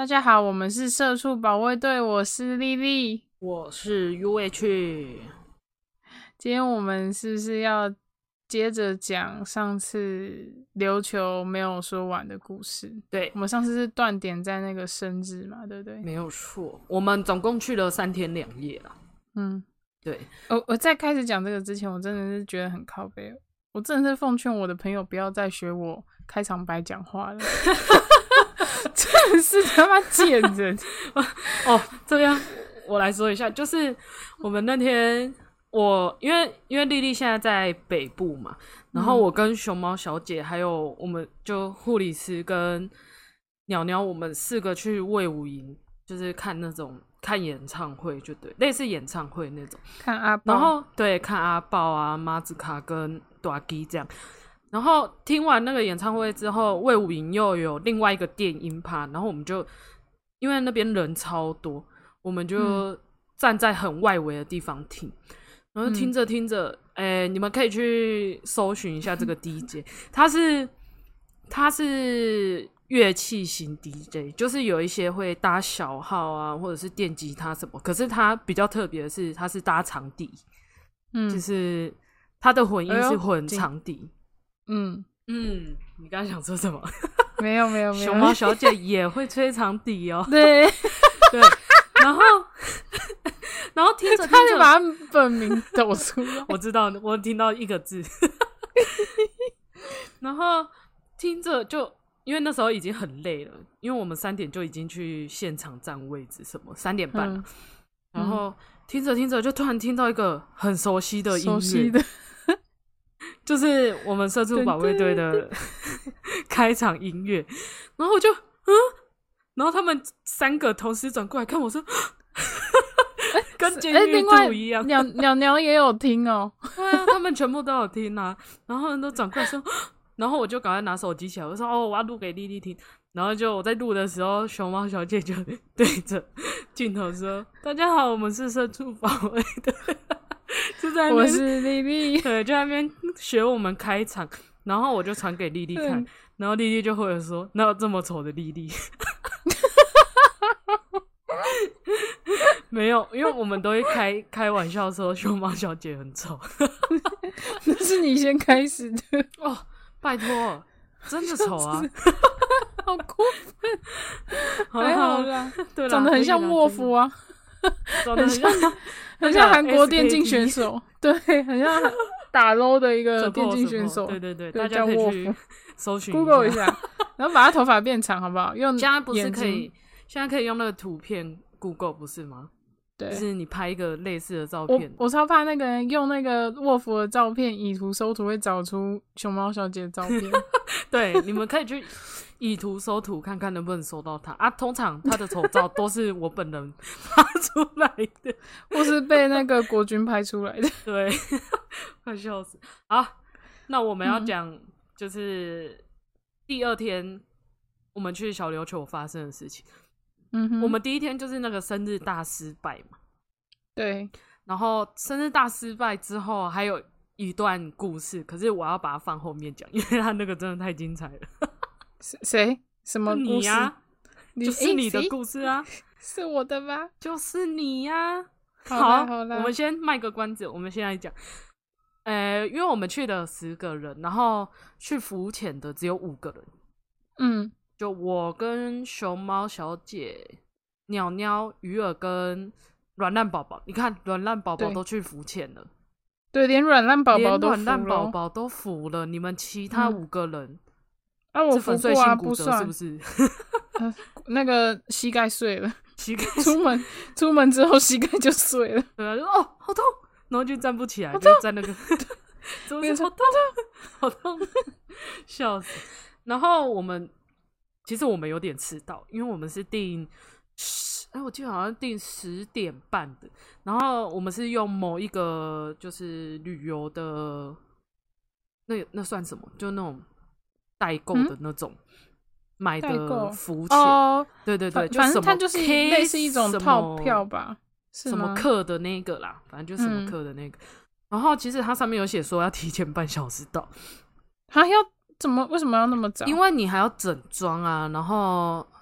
大家好，我们是社畜保卫队，我是丽丽， 我是 UH。 今天我们是不是要接着讲上次琉球没有说完的故事？ 对， 我们上次是断点在那个生日嘛，对不对？ 没有错，我们总共去了3天2夜啦。对。 我在开始讲这个之前，我真的是觉得很靠北，我真的是奉劝我的朋友不要再学我开场白讲话了。真的是他妈贱人哦，这样我来说一下，就是我们那天因为丽丽现在在北部嘛，然后我跟熊猫小姐还有我们就护理师跟鸟鸟，我们4个去卫武营，就是看演唱会，就对，类似演唱会那种， 看阿豹， 然后对看阿豹啊、马子卡跟大基这样。然后听完那个演唱会之后，卫武营又有另外一个电音趴，然后我们就因为那边人超多，我们就站在很外围的地方听，然后听着听着，你们可以去搜寻一下这个 DJ， 他是乐器型 DJ， 就是有一些会搭小号啊，或者是电吉他什么，可是他比较特别的是，他是搭长笛，就是他的混音是混长笛。你刚刚想说什么？ 没有。 熊猫小姐也会吹长笛哦。 对对，然后听着， 他就把他本名抖出来。 我知道，我听到一个字。然后听着就，因为那时候已经很累了，因为我们3点就已经去现场占位置，什么3点半了。然后听着听着，就突然听到一个很熟悉的音乐。就是我们社畜保卫队的开场音乐，然后我就然后他们3个同时转过来看我说，跟监狱度一样。 鸟鸟也有听哦， 对啊，他们全部都有听啊，然后他们都转过来说，然后我就赶快拿手机起来，我说我要录给丽丽听。然后就我在录的时候，熊猫小姐就对着镜头说：“大家好，我们是社畜保卫队。”就在那边， 我是丽丽， 对，就在那边学我们开场，然后我就传给丽丽看，然后丽丽就会说：“哪有这么丑的丽丽？”没有，因为我们都会开玩笑说熊猫小姐很丑。 那是你先开始的哦，拜托，真的丑啊！ 好过分，还好啦， 对啦， 长得很像沃夫啊，很像韩国电竞选手，对，很像打 LOL 的一个电竞选手， 对，大家可以去搜寻 Google 一下，然后把他头发变长，好不好？用现在不是可以，现在可以用那个图片 Google 不是吗？对，就是你拍一个类似的照片。 我超怕那个人用那个沃夫的照片以图搜图会找出熊猫小姐的照片。 对，你们可以去以图搜图看看能不能搜到他啊。通常他的丑照都是我本人拍出来的， 或是被那个国军拍出来的。 对，快笑死。好，那我们要讲就是第2天我们去小琉球发生的事情。我们第1天就是那个生日大失败嘛。 对， 然后生日大失败之后还有一段故事，可是我要把它放后面讲，因为他那个真的太精彩了。 谁？什么故事？ 你啊，就是你的故事啊。 是我的吗？ 就是你啊。 好， 我们先卖个关子，我们先来讲。因为我们去了10个人，然后去浮潜的只有5个人。就我跟熊猫小姐、鸟鸟、鱼儿跟软烂宝宝。你看，软烂宝宝都去浮潜了。 对，连软烂宝宝都服了。你们其他5个人， 我服过啊，不算是不是？ 那个膝盖碎了， 膝盖出门之后膝盖就碎了。 对啊，就好痛，然后就站不起来，就在那个好痛，笑死。然后其实我们有点迟到，因为我们是订我记得好像订10点半的，然后我们是用某一个就是旅游的那算什么？就那种代购的那种买的浮潜。对， 反正它就是类似一种套票吧， 什么课的那个啦，反正就什么课的那个。然后其实它上面有写说要提前半小时到， 为什么要那么早？ 因为你还要整装啊，然后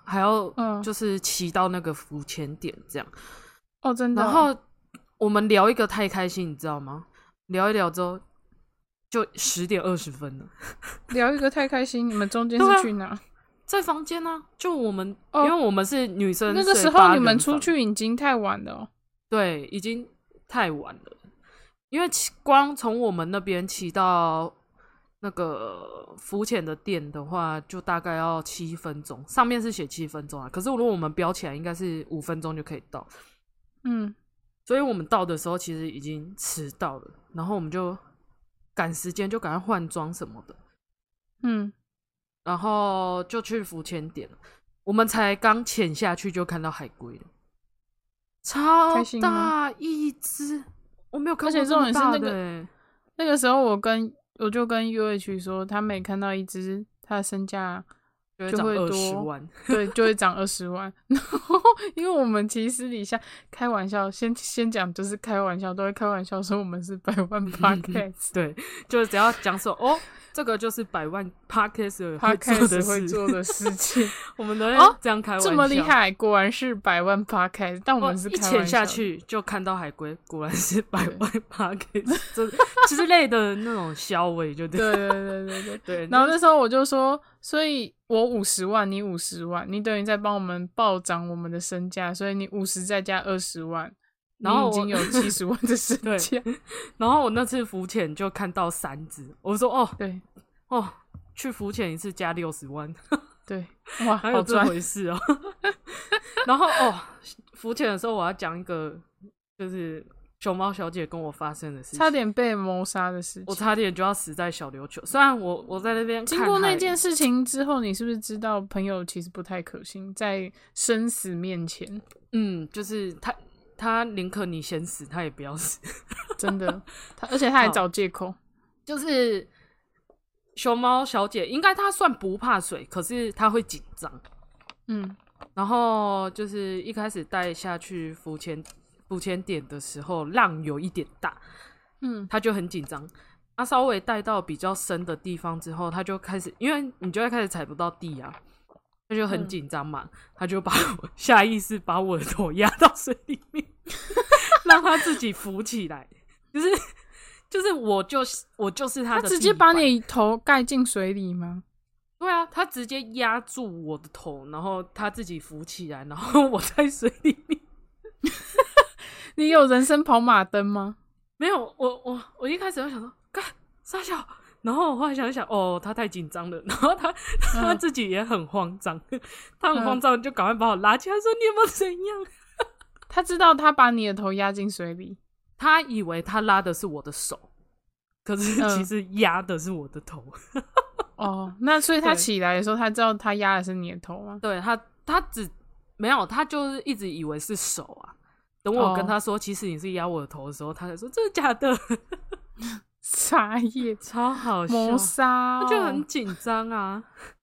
还要就是骑到那个浮潜点这样。 哦，真的。 然后我们聊一个太开心，你知道吗？聊一聊之后就10点20分了。 聊一个太开心，你们中间是去哪？ 在房间啊，就我们，因为我们是女生， 那个时候你们出去已经太晚了。 对，已经太晚了，因为光从我们那边骑到那个浮潜的店的话，就大概要7分钟，上面是写7分钟啊，可是如果我们标起来，应该是5分钟就可以到。所以我们到的时候其实已经迟到了，然后我们就赶时间，就赶快换装什么的。然后就去浮潜点了，我们才刚潜下去就看到海龟了，超大一只，我没有看过这么大的。 那个时候我就跟 UH 说，他每看到一只，他的身价就会多 20万， 对，就会涨20万。然后因为我们其实私底下开玩笑，先讲就是开玩笑，都会开玩笑说我们是100万 podcast， 对，就是只要讲说这个就是100万 podcast 会做的事情，我们都会这样开玩笑。 这么厉害，果然是100万 podcast， 但我们是开玩笑。 一潜下去就看到海龟，果然是100万 podcast 之类的那种消委，就对。 然后那时候我就说，所以我50万，你50万，你等于在帮我们暴涨我们的身价，所以你50再加20万。然后已经有70万的身价。 然后我那次浮潜就看到3只，我说对去浮潜一次加60万， 对，哇， 还有这回事哦。然后浮潜的时候我要讲一个就是熊猫小姐跟我发生的事情， 差点被谋杀的事情， 我差点就要死在小琉球。虽然我在那边经过那件事情之后，你是不是知道朋友其实不太可信，在生死面前， 就是他宁可你先死，他也不要死， 真的。而且他还找借口， 就是熊猫小姐，应该她算不怕水，可是她会紧张。然后就是一开始带下去浮潜点的时候，浪有一点大，她就很紧张。稍微带到比较深的地方之后，她就开始，因为你就会开始踩不到地啊。他就很紧张嘛，他就下意识把我的头压到水里面，让他自己浮起来。就是我就是他的，他直接把你头盖进水里吗？ 对啊，他直接压住我的头，然后他自己浮起来，然后我在水里面。 你有人生跑马灯吗？ 没有，我一开始就想说，干傻小。然后我后来想一想，他太紧张了，然后他自己也很慌张，他很慌张，就赶快把我拉起来说：“你有没有怎样？” 他知道他把你的头压进水里， 他以为他拉的是我的手，可是其实压的是我的头。 那所以他起来的时候，他知道他压的是你的头吗？ 对，他没有，他就是一直以为是手啊。等我跟他说，其实你是压我的头的时候，他才说真的假的。 傻眼， 超好笑， 谋杀， 他就很紧张啊。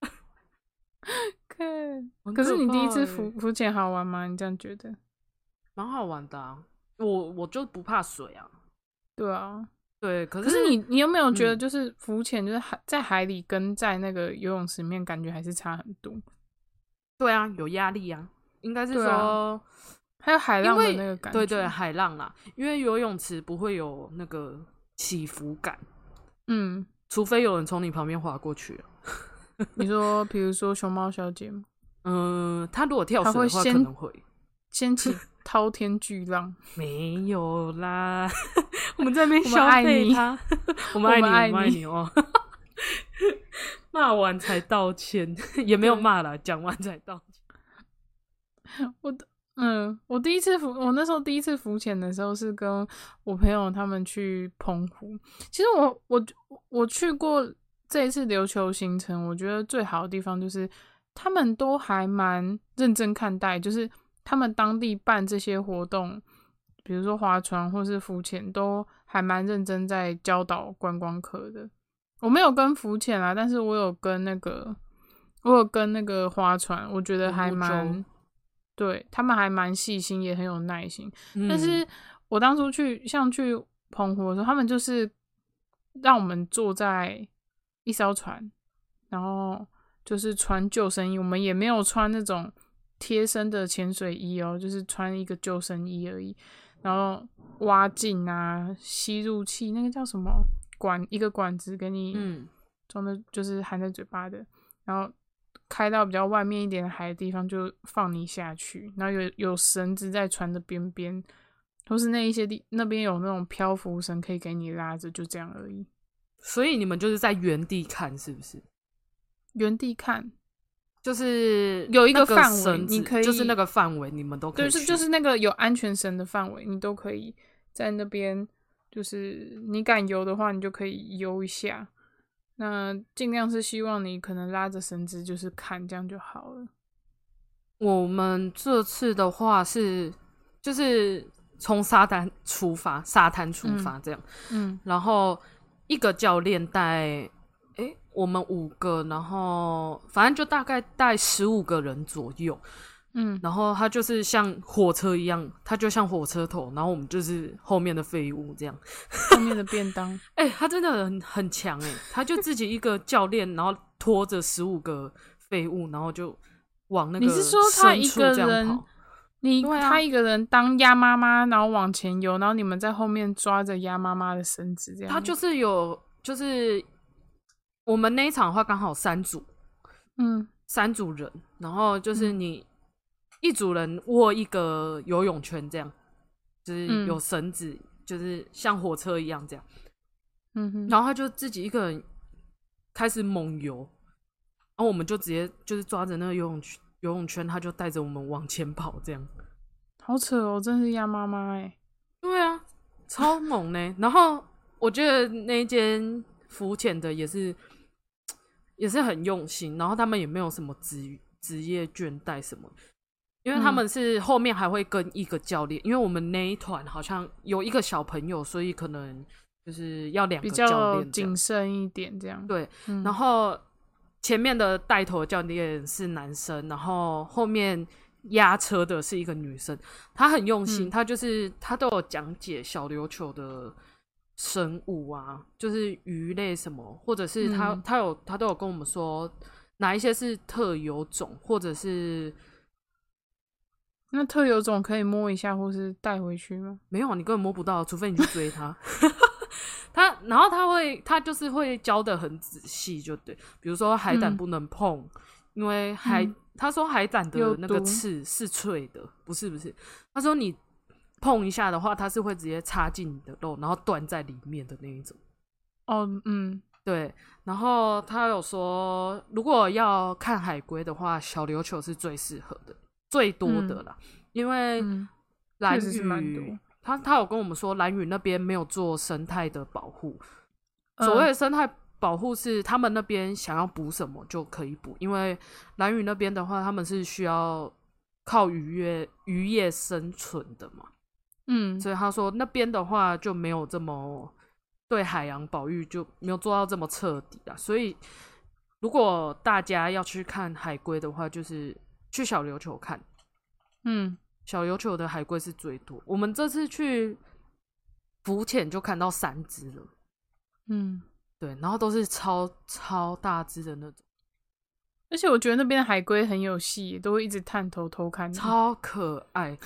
可是你第一次浮潜好玩吗？你这样觉得？ 蛮好玩的啊，我就不怕水啊。 对啊， 对，可是你有没有觉得，就是浮潜就是在海里跟在那个游泳池里面感觉还是差很多？ 对啊，有压力啊，应该是说。 还有海浪的那个感觉， 对，海浪啦，因为游泳池不会有那个起伏感，除非有人从你旁边滑过去。 你说，比如说熊猫小姐吗？ 他如果跳水的话，可能会掀起滔天巨浪。 没有啦，我们在那边消费他，我们爱你哦。骂完才道歉，也没有骂啦，讲完才道歉。 我那时候第一次浮潜的时候是跟我朋友他们去澎湖。其实我去过这一次琉球行程，我觉得最好的地方就是他们都还蛮认真看待，就是他们当地办这些活动，比如说划船或是浮潜，都还蛮认真在教导观光客的。我没有跟浮潜啦，但是我有跟那个划船，我觉得还蛮。对，他们还蛮细心，也很有耐心。但是我当初去澎湖的时候，他们就是让我们坐在一艘船，然后就是穿救生衣，我们也没有穿那种贴身的潜水衣哦，就是穿一个救生衣而已，然后蛙镜啊、吸入器，那个叫什么一个管子给你装的，就是含在嘴巴的，然后开到比较外面一点的海的地方就放你下去，然后有绳子在船的边边，或是那边有那种漂浮绳可以给你拉着，就这样而已。 所以你们就是在原地看，是不是？ 原地看， 就是有一个范围，你可以就是那个范围，你们都可以去， 就是那个有安全绳的范围，你都可以在那边。就是你敢游的话，你就可以游一下。那尽量是希望你可能拉着绳子，就是看这样就好了。 我们这次的话就是从沙滩出发这样，然后一个教练带我们5个，然后反正就大概带15个人左右。然后他就是像火车一样，他就像火车头，然后我们就是后面的废物这样， 后面的便当。 他真的很强他就自己一个教练，然后拖着15个废物，然后就往那个你是说他一个人，他一个人当鸭妈妈，然后往前游，然后你们在后面抓着鸭妈妈的绳子这样？ 他就是我们那一场的话刚好3组，3组人，然后就是你。一组人握一个游泳圈，这样就是有绳子，就是像火车一样这样。然后他就自己一个人开始猛游，然后我们就直接就是抓着那个游泳圈，他就带着我们往前跑，这样。 好扯哦，真是鸭妈妈对啊，超猛呢。然后我觉得那间浮潜的也是很用心，然后他们也没有什么职业倦怠什么。因为他们是后面还会跟一个教练，因为我们那一团好像有一个小朋友，所以可能就是要2个教练， 比较谨慎一点这样。 对，然后前面的带头教练是男生，然后后面压车的是一个女生，她很用心，她都有讲解小琉球的生物啊，就是鱼类什么，或者是她都有跟我们说哪一些是特有种，或者是。 那特有种可以摸一下或是带回去吗？ 没有，你根本摸不到，除非你去追它。然后他就是会教的很仔细，就对。比如说海胆不能碰，因为他说海胆的那个刺是脆的，不是。他说你碰一下的话，它是会直接插进你的肉，然后断在里面的那一种。对。然后他有说，如果要看海龟的话，小琉球是最适合的。最多的啦，因为兰屿他有跟我们说，兰屿那边没有做生态的保护。所谓的生态保护是他们那边想要补什么就可以补，因为兰屿那边的话，他们是需要靠渔业生存的嘛。所以他说那边的话就没有这么对海洋保育就没有做到这么彻底啊。所以如果大家要去看海龟的话，就是去小琉球看，小琉球的海龟是最多。我们这次去浮潜就看到3只了，对，然后都是超大只的那种。 而且我觉得那边的海龟很有戏，都会一直探头偷看你， 超可爱。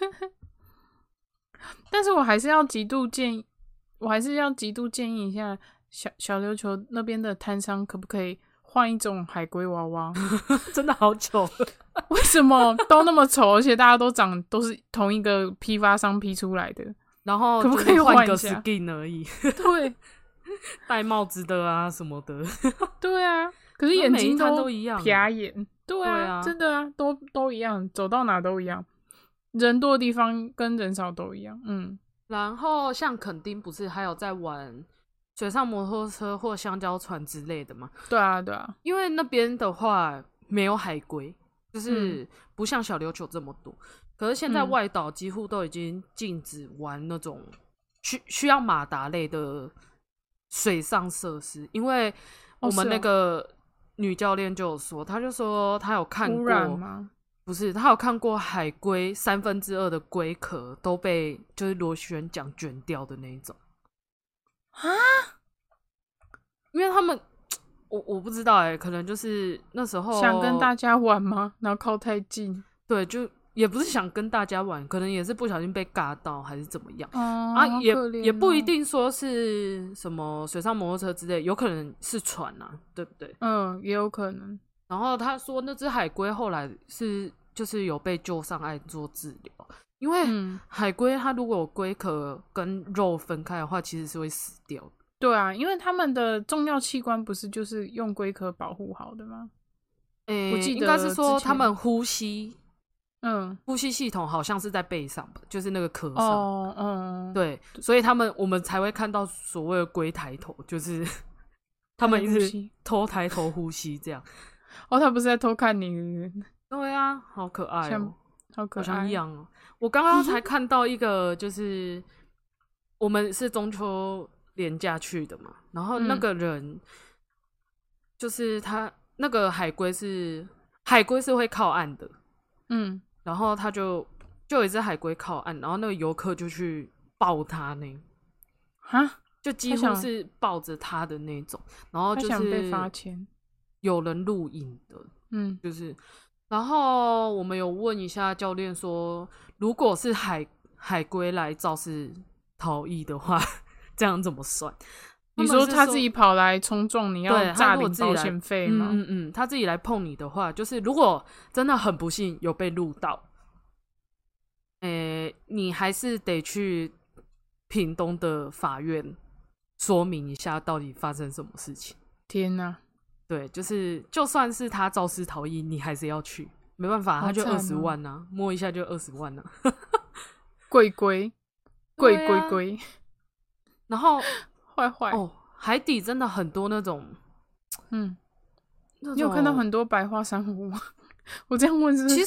但是我还是要极度建议一下小琉球那边的摊商可不可以换一种海龟娃娃？ 真的好丑。 为什么都那么丑？而且大家都是同一个批发商批出来的， 然后可不可以换个 skin 而已？ 对， 戴帽子的啊什么的。 对啊，可是眼睛都一样， 瞟眼。对啊，真的啊，都一样，走到哪都一样，人多的地方跟人少都一样。 然后像垦丁不是还有在玩水上摩托车或香蕉船之类的吗？ 对啊， 因为那边的话没有海龟。就是不像小琉球这么多，可是现在外岛几乎都已经禁止玩那种需要马达类的水上设施，因为我们那个女教练就有说，她就说她有看过， 污染吗？ 不是，她有看过海龟2/3的龟壳都被就是螺旋桨卷掉的那一种啊， 因为他们。我不知道可能就是那时候想跟大家玩吗？然后靠太近。 对，就也不是想跟大家玩，可能也是不小心被尬到还是怎么样也不一定说是什么水上摩托车之类，有可能是船啊，对不对？ 也有可能。 然后他说那只海龟后来就是有被救上岸做治疗，因为海龟它如果有龟壳跟肉分开的话，其实是会死掉的。 对啊，因为他们的重要器官不是就是用龟壳保护好的吗？我记得应该是说他们呼吸系统好像是在背上吧，就是那个壳上。对，所以我们才会看到所谓的龟抬头，就是他们一直偷抬头呼吸这样。 他不是在偷看你？ 对啊，好可爱好可爱， 好像一样哦。我刚刚才看到一个，就是我们是中秋连假去的嘛，然后那个人就是他那个海龟是会靠岸的，然后他就有一只海龟靠岸，然后那个游客就去抱他呢，就几乎是抱着他的那种，然后就是他想被罚钱， 有人录影的，就是。然后我们有问一下教练说，如果是海龟来肇事逃逸的话，这样怎么算？ 你说他自己跑来冲撞你，要诈领保险费吗？ 他自己来碰你的话，就是如果真的很不幸有被录到，你还是得去屏东的法院说明一下到底发生什么事情。 天哪！ 对，就算是他肇事逃逸，你还是要去，没办法，他就20万啊，摸一下就20万啊。 贵龟， 然后坏海底真的很多那种， 你有看到很多白花珊瑚吗？我这样问是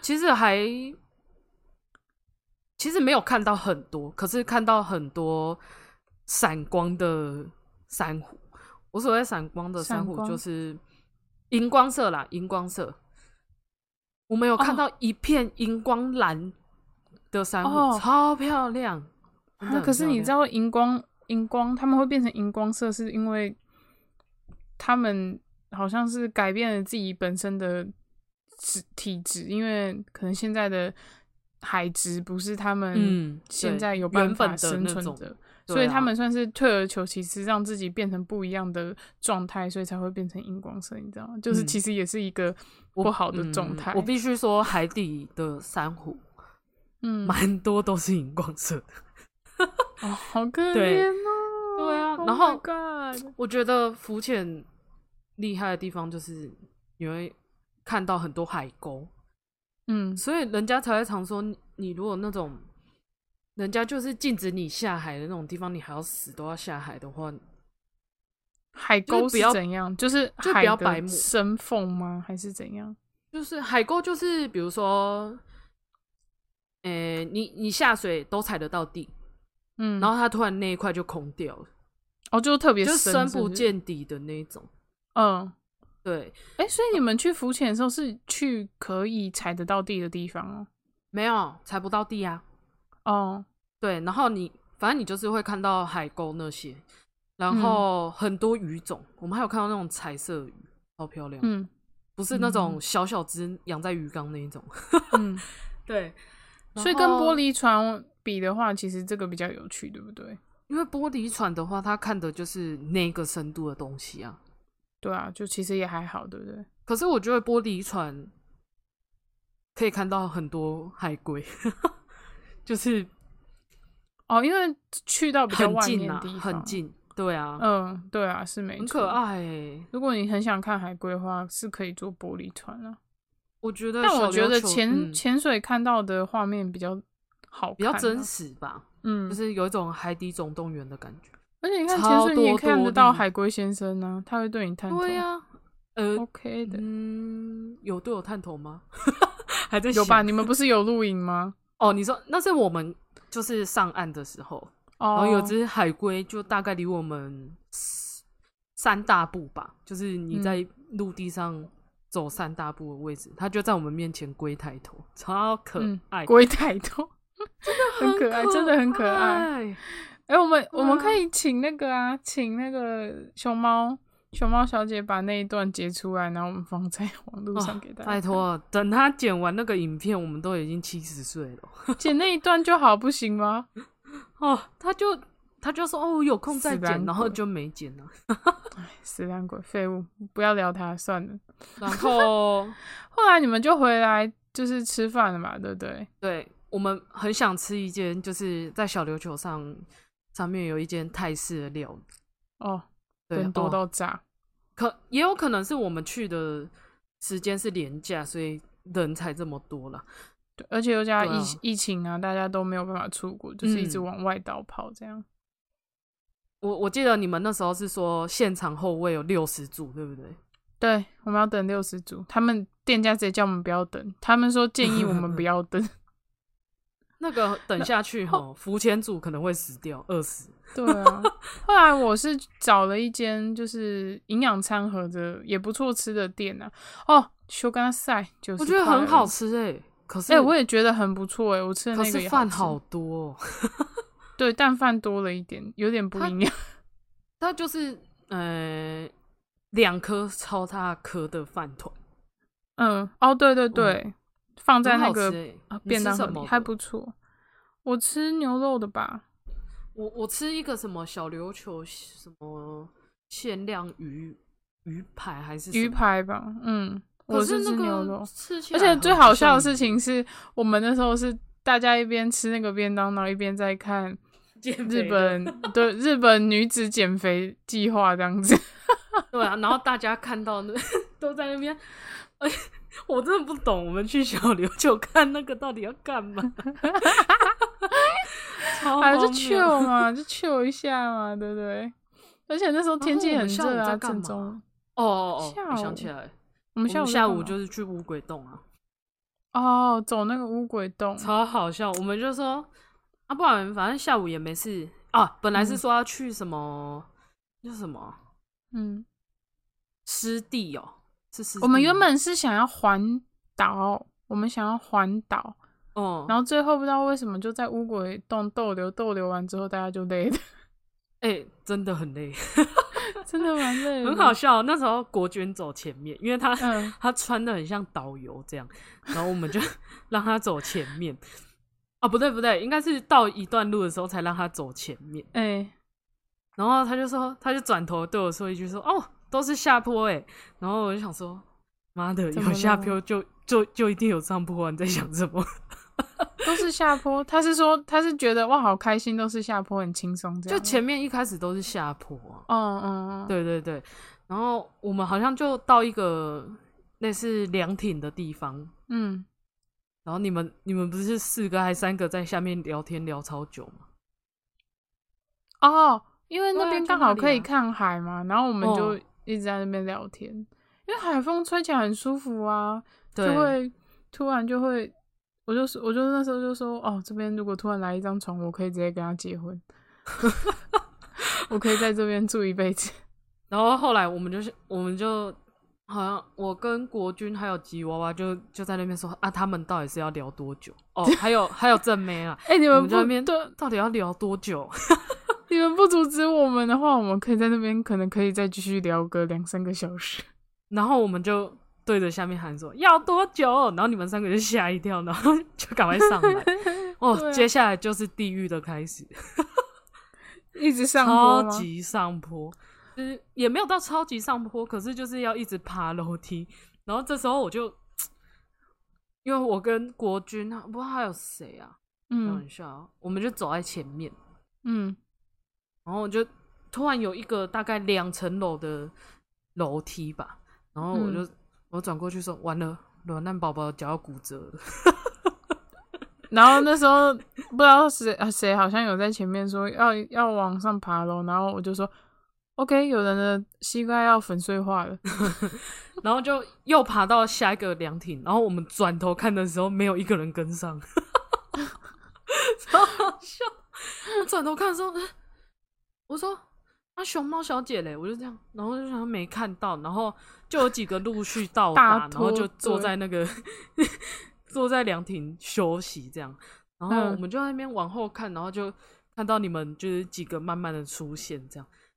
其实没有看到很多，可是看到很多闪光的珊瑚。我所谓闪光的珊瑚就是荧光色啦，荧光色。我们有看到一片荧光蓝的珊瑚，超漂亮。 可是你知道荧光他们会变成荧光色，是因为他们好像是改变了自己本身的体质，因为可能现在的海质不是他们现在有办法生存的。所以他们算是退而求其次，让自己变成不一样的状态，所以才会变成荧光色，你知道吗？就是其实也是一个不好的状态。 我必须说，海底的珊瑚，蛮多都是荧光色的。 好可怜哦。 对啊，然后我觉得浮潜厉害的地方就是你会看到很多海沟，所以人家才会常说，你如果那种。人家就是禁止你下海的那种地方，你还要死都要下海的话， 海沟是怎样？就是海的深缝吗？还是怎样？ 就是海沟，就是比如说，你下水都踩得到地，然后它突然那一块就空掉了， 就特别深， 就深不见底的那种。对。 所以你们去浮潜的时候是去可以踩得到地的地方哦？ 没有，踩不到地啊。对，然后反正你就是会看到海沟那些，然后很多鱼种，我们还有看到那种彩色鱼，超漂亮。不是那种小小只养在鱼缸那一种。对， 所以跟玻璃船比的话，其实这个比较有趣，对不对？ 因为玻璃船的话，它看的就是那个深度的东西啊。 对啊，就其实也还好，对不对？ 可是我觉得玻璃船可以看到很多海龟。就是因为去到比较外面的地方很近，对啊， 对啊，是没错， 很可爱欸。 如果你很想看海龟的话，是可以坐玻璃船啊。 我觉得， 但我觉得潜水看到的画面比较好看， 比较真实吧。就是有一种海底总动员的感觉。 而且你看潜水，你也看得到海龟先生啊，他会对你探头。 对啊 ，OK 的。 有对我探头吗？还在有吧？你们不是有录影吗？ 你说那是我们就是上岸的时候，然后有只海龟就大概离我们3大步吧，就是你在陆地上走3大步的位置，它就在我们面前龟抬头，超可爱。 龟抬头真的很可爱，真的很可爱。我们可以请那个熊猫熊猫小姐把那一段截出来，然后我们放在网络上给大家看。 拜托，等她剪完那个影片，我们都已经70岁了。 剪那一段就好，不行吗？ 哦，他就说哦，有空再剪，然后就没剪了。 哎，死烂鬼，废物，不要聊他算了。 然后后来你们就回来就是吃饭了嘛，对不对？ 对，我们很想吃一间，就是在小琉球上面有一间泰式的料理。 哦， 对， 人多到炸。 也有可能是我们去的时间是连假，所以人才这么多啦。 对，而且又加疫情啊，大家都没有办法出国，就是一直往外岛跑这样。 我记得你们那时候是说现场后位有60组，对不对？ 对，我们要等60组，他们店家直接叫我们不要等，他们说建议我们不要等。 那个等下去浮潜组可能会死掉，饿死。 对啊，后来我是找了一间就是营养餐盒的也不错吃的店啊。哦，修干赛90块， 我觉得很好吃可是我也觉得很不错我吃的那个也好吃。 可是饭好多对，但饭多了一点，有点不营养。 它就是2颗超大颗的饭团。 哦，对对对，放在那个便当盒里还不错。我吃牛肉的吧。 我吃一个什么小琉球什么限量鱼排还是什么鱼排吧，我是吃牛肉，而且最好笑的事情是我们那时候是大家一边吃那个便当，然后一边在看日本女子减肥计划这样子。 对啊，然后大家看到都在那边，我真的不懂，我们去小琉球看那个到底要干嘛？ 就 chill 嘛，就 chill 一下嘛，对不对？而且那时候天气很热啊，正中。 我想起来， 我们下午就是去乌鬼洞啊。 哦，走那个乌鬼洞， 超好笑。我们就说啊，不然反正下午也没事啊。本来是说要去什么，叫什么？湿地哦，是湿地。 我们原本是想要环岛，然后最后不知道为什么就在乌鬼洞逗留完之后，大家就累了。 真的很累， 真的蛮累的， 很好笑。那时候国军走前面，因为他穿的很像导游这样，然后我们就让他走前面。不对，应该是到一段路的时候才让他走前面。然后他就转头对我说一句说：“哦，都是下坡欸。”然后我就想说：“妈的，有下坡就一定有上坡，你在想什么？” 都是下坡，他是觉得哇好开心，都是下坡很轻松这样。 就前面一开始都是下坡对，然后我们好像就到一个类似凉亭的地方，然后你们不是4个还3个在下面聊天聊超久吗？ 因为那边刚好可以看海嘛，然后我们就一直在那边聊天，因为海风吹起来很舒服啊，就会突然就会。我就那时候就说这边如果突然来一张床，我可以直接跟他结婚，我可以在这边住一辈子。 然后后来我们就好像我跟国军还有吉娃娃就在那边说他们到底是要聊多久？还有正妹啊， 你们在那边到底要聊多久？ 你们不阻止我们的话，我们可以在那边可能可以再继续聊个2-3个小时。 然后我们就对着下面喊说要多久，然后你们3个就吓一跳，然后就赶快上来。接下来就是地狱的开始， 一直上坡超级上坡，就是也没有到超级上坡，可是就是要一直爬楼梯。然后这时候我就，因为我跟国军不知道还有谁啊，等一下，我们就走在前面，然后我就突然有一个大概2层楼的楼梯吧，然后我转过去说：“完了，软烂宝宝脚要骨折了。” 然后那时候不知道谁好像有在前面说要往上爬楼，然后我就说 OK， 有人的膝盖要粉碎化了， 然后就又爬到下一个凉亭，然后我们转头看的时候，没有一个人跟上，超好笑。我转头看的时候，我说。熊猫小姐嘞，我就这样，然后就想没看到，然后就有几个陆续到达，然后就坐在那个坐在凉亭休息这样，然后我们就在那边往后看，然后就看到你们就是几个慢慢的出现这样，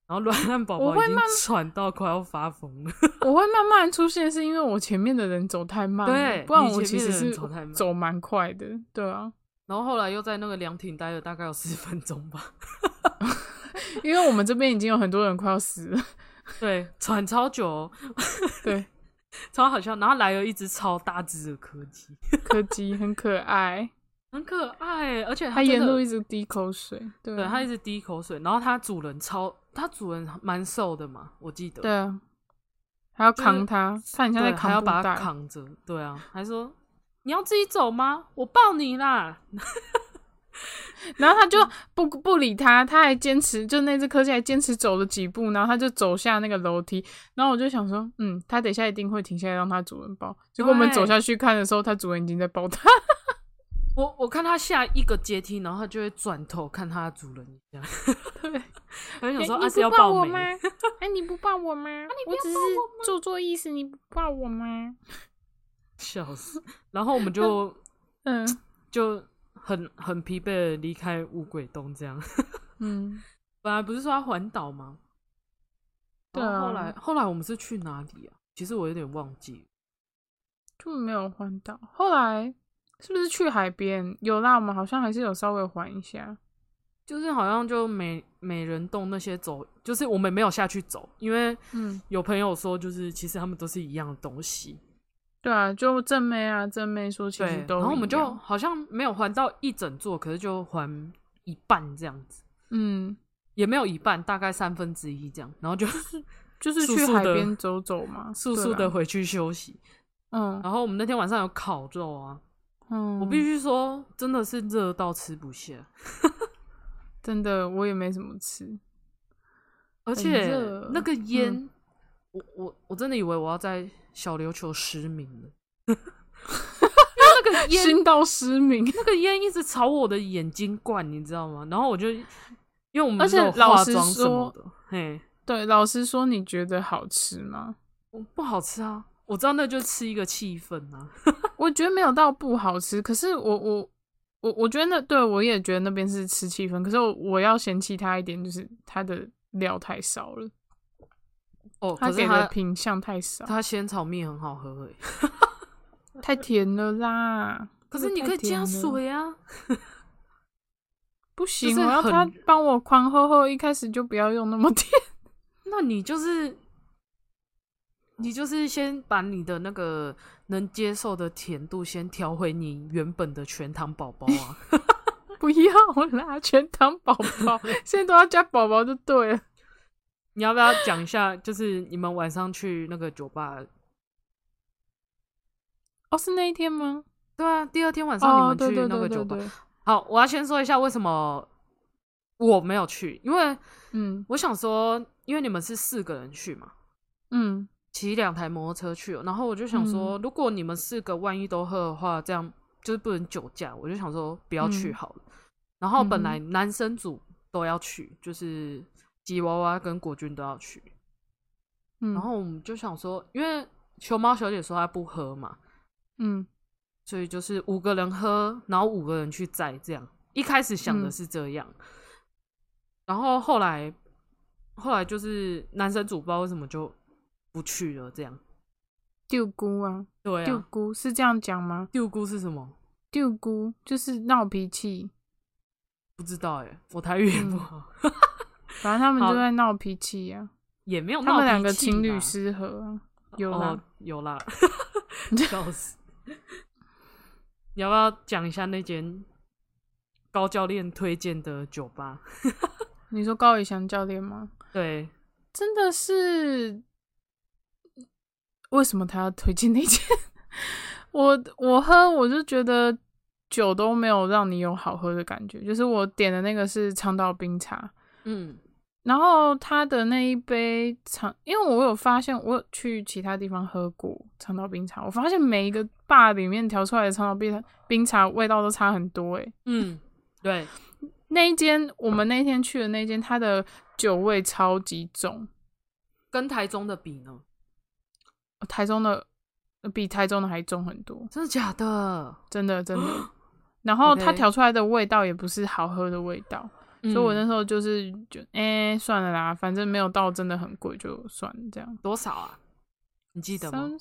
然后软烂宝宝已经喘到快要发疯了。 我会慢慢出现，是因为我前面的人走太慢了， 对， 不然我其实是走蛮快的，对啊。 然后后来又在那个凉亭待了大概有10分钟吧， 因为我们这边已经有很多人快要死了， 对，喘超久对， 超好笑。然后来了一只超大只的柯基， 柯基很可爱， 很可爱，而且它沿路一直滴口水，对， 它一直滴口水。然后它主人蛮瘦的嘛，我记得， 对啊，还要扛它，看你像在扛布袋， 还要把它扛着，对啊，还说你要自己走吗？我抱你啦。 然后他就不理他，他还坚持，就那只柯基还坚持走了几步，然后他就走下那个楼梯。然后我就想说，他等一下一定会停下来让他主人抱。结果我们走下去看的时候，他主人已经在抱他。 我看他下一个阶梯，然后他就会转头看他的主人一下。 对， 他就想说：“ 是要抱我吗？哎，你不抱我吗？我只是做做意思，你不抱我吗？” 笑死！然后我们就就很疲惫的离开乌鬼洞，这样。本来不是说要环岛吗？对啊。后来我们是去哪里啊？其实我有点忘记了， 就没有环岛。后来是不是去海边？有啦，我们好像还是有稍微环一下。 就是好像就美人洞那些走，就是我们没有下去走，因为有朋友说，就是其实他们都是一样的东西。 对啊，就正妹说其实都一样。 然后我们就好像没有环到一整座，可是就环一半这样子。也没有一半，大概1/3这样。然后就是去海边走走嘛， 速速的回去休息。然后我们那天晚上有烤肉啊。我必须说，真的是热到吃不下。 真的，我也没什么吃。 而且那个烟，我真的以为我要在小琉球失明了。那个烟熏到失明， 那个烟一直朝我的眼睛灌，你知道吗？然后我就因为我们有化妆什么的，嘿， 对，老实说，你觉得好吃吗？ 不好吃啊，我知道那就吃一个气氛啊。 我觉得没有到不好吃，可是我觉得对，我也觉得那边是吃气氛，可是我要嫌弃它一点，就是它的料太少了。他给的品相太少。 他鲜炒面很好喝太甜了啦。 可是你可以加水啊。 不行，我要他帮我狂喝，一开始就不要用那么甜。 那你就是先把你的那个能接受的甜度先调回你原本的全糖宝宝啊。 不要啦，全糖宝宝现在都要加宝宝就对了。 你要不要讲一下，就是你们晚上去那个酒吧？ 是那一天吗？ 对啊，第二天晚上你们去那个酒吧。好，我要先说一下为什么我没有去，因为我想说，因为你们是4个人去嘛，骑2台摩托车去，然后我就想说，如果你们4个万一都喝的话，这样就是不能酒驾，我就想说不要去好了。然后本来男生组都要去，就是吉娃娃跟国军都要去，然后我们就想说，因为熊猫小姐说她不喝嘛，所以就是5个人喝，然后5个人去载，这样。一开始想的是这样，然后后来就是男生组不知道为什么就不去了，这样。 丢姑啊， 对啊， 丢姑是这样讲吗？ 丢姑是什么？ 丢姑就是闹脾气。 不知道我台语也不好。 反正他们就在闹脾气啊， 也没有闹脾气， 他们2个情侣失和啊， 有啦，笑死！你要不要讲一下那间高教练推荐的酒吧？ 你说高以翔教练吗？ 对， 真的是为什么他要推荐那间？我喝我就觉得酒都没有让你有好喝的感觉，就是我点的那个是长岛冰茶，然后他的那一杯因为我有发现，我有去其他地方喝过长岛冰茶，我发现每一个吧里面调出来的长岛冰茶味道都差很多对， 那一间我们那天去的那间，它的酒味超级重， 跟台中的比呢？ 台中的比台中的还重很多。 真的假的？ 真的。然后它调出来的味道也不是好喝的味道， 所以我那时候就算了啦，反正没有到真的很贵，就算了这样。 多少啊？你记得吗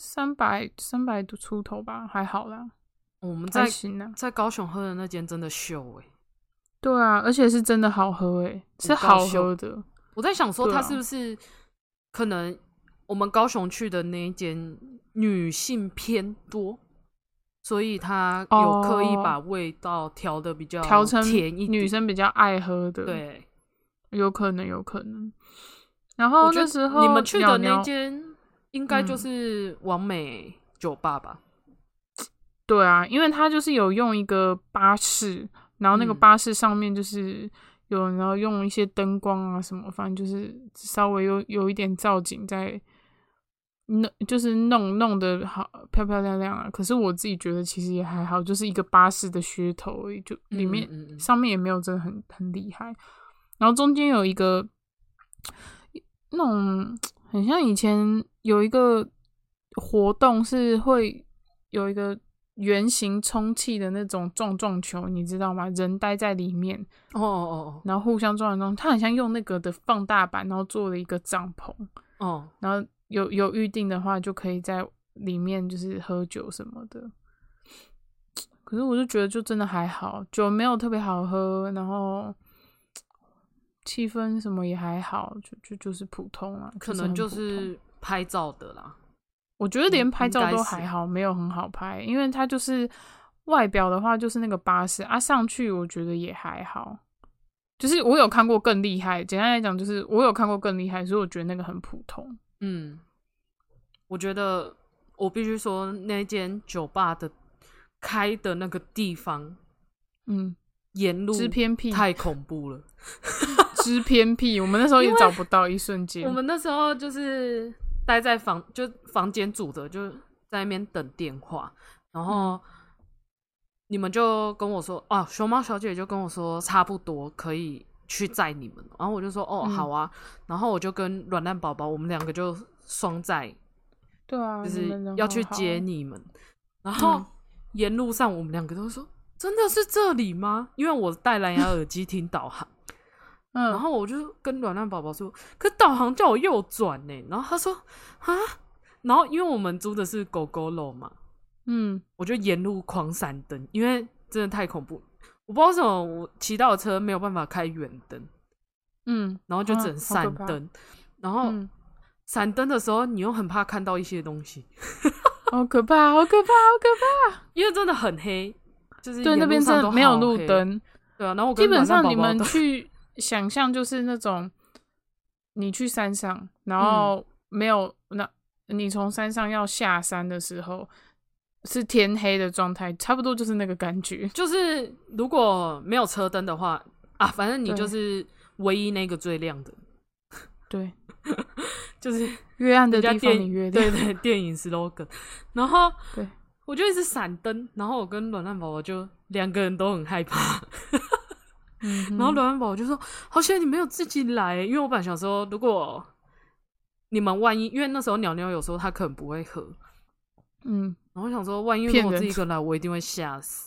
？300多出头吧，还好啦。 我们在高雄喝的那间真的秀对啊，而且是真的好喝是好喝的。 我在想说，它是不是可能我们高雄去的那一间女性偏多，所以它有刻意把味道调的比较甜一点， 女生比较爱喝的。 对， 有可能。然后那时候你们去的那间应该就是完美酒吧吧？ 对啊，因为它就是有用一个巴士，然后那个巴士上面就是然后用一些灯光啊什么，反正就是稍微有一点造景在就是弄得好漂漂亮亮啊。可是我自己觉得其实也还好，就是一个巴士的噱头而已，就里面上面也没有真的很厉害。然后中间有一个那种很像以前有一个活动是会有一个圆形充气的那种撞球，你知道吗？人待在里面然后互相撞，它很像用那个的放大版，然后做了一个帐篷然后有预定的话就可以在里面就是喝酒什么的。可是我就觉得就真的还好，酒没有特别好喝，然后气氛什么也还好，就是普通啊， 可能就是拍照的啦。 我觉得连拍照都还好，没有很好拍，因为它就是外表的话就是那个巴士啊，上去我觉得也还好。就是我有看过更厉害，简单来讲就是我有看过更厉害，所以我觉得那个很普通。 我觉得我必须说那间酒吧的开的那个地方，沿路之偏僻， 太恐怖了。 之偏僻，我们那时候也找不到，一瞬间。 我们那时候就是待在房间住着，就在那边等电话，然后你们就跟我说熊猫小姐就跟我说差不多可以去载你们，然后我就说好啊，然后我就跟软烂宝宝我们两个就双载， 对啊， 就是要去接你们，然后沿路上我们两个都说真的是这里吗？因为我戴蓝牙耳机听导航。然后我就跟软烂宝宝说，可导航叫我右转呢，然后他说然后因为我们租的是狗狗楼嘛，我就沿路狂闪灯，因为真的太恐怖，我不知道为什么我骑到的车没有办法开远灯，然后就只能闪灯，然后闪灯的时候你又很怕看到一些东西， 好可怕， 因为真的很黑，就是对那边真的没有路灯， 对啊，然后我基本上你们去想象就是那种你去山上，然后没有你从山上要下山的时候是天黑的状态，差不多就是那个感觉。 就是如果没有车灯的话反正你就是唯一那个最亮的。 对， 就是越暗的地方你越亮。 对，电影 slogan。然后对， 我就一直闪灯，然后我跟软烂宝宝就两个人都很害怕。然后软烂宝宝就说：“好险你没有自己来，因为我本来想说，如果你们万一，因为那时候鸟鸟有说他可能不会喝，然后我想说，万一我自己一个人来，我一定会吓死。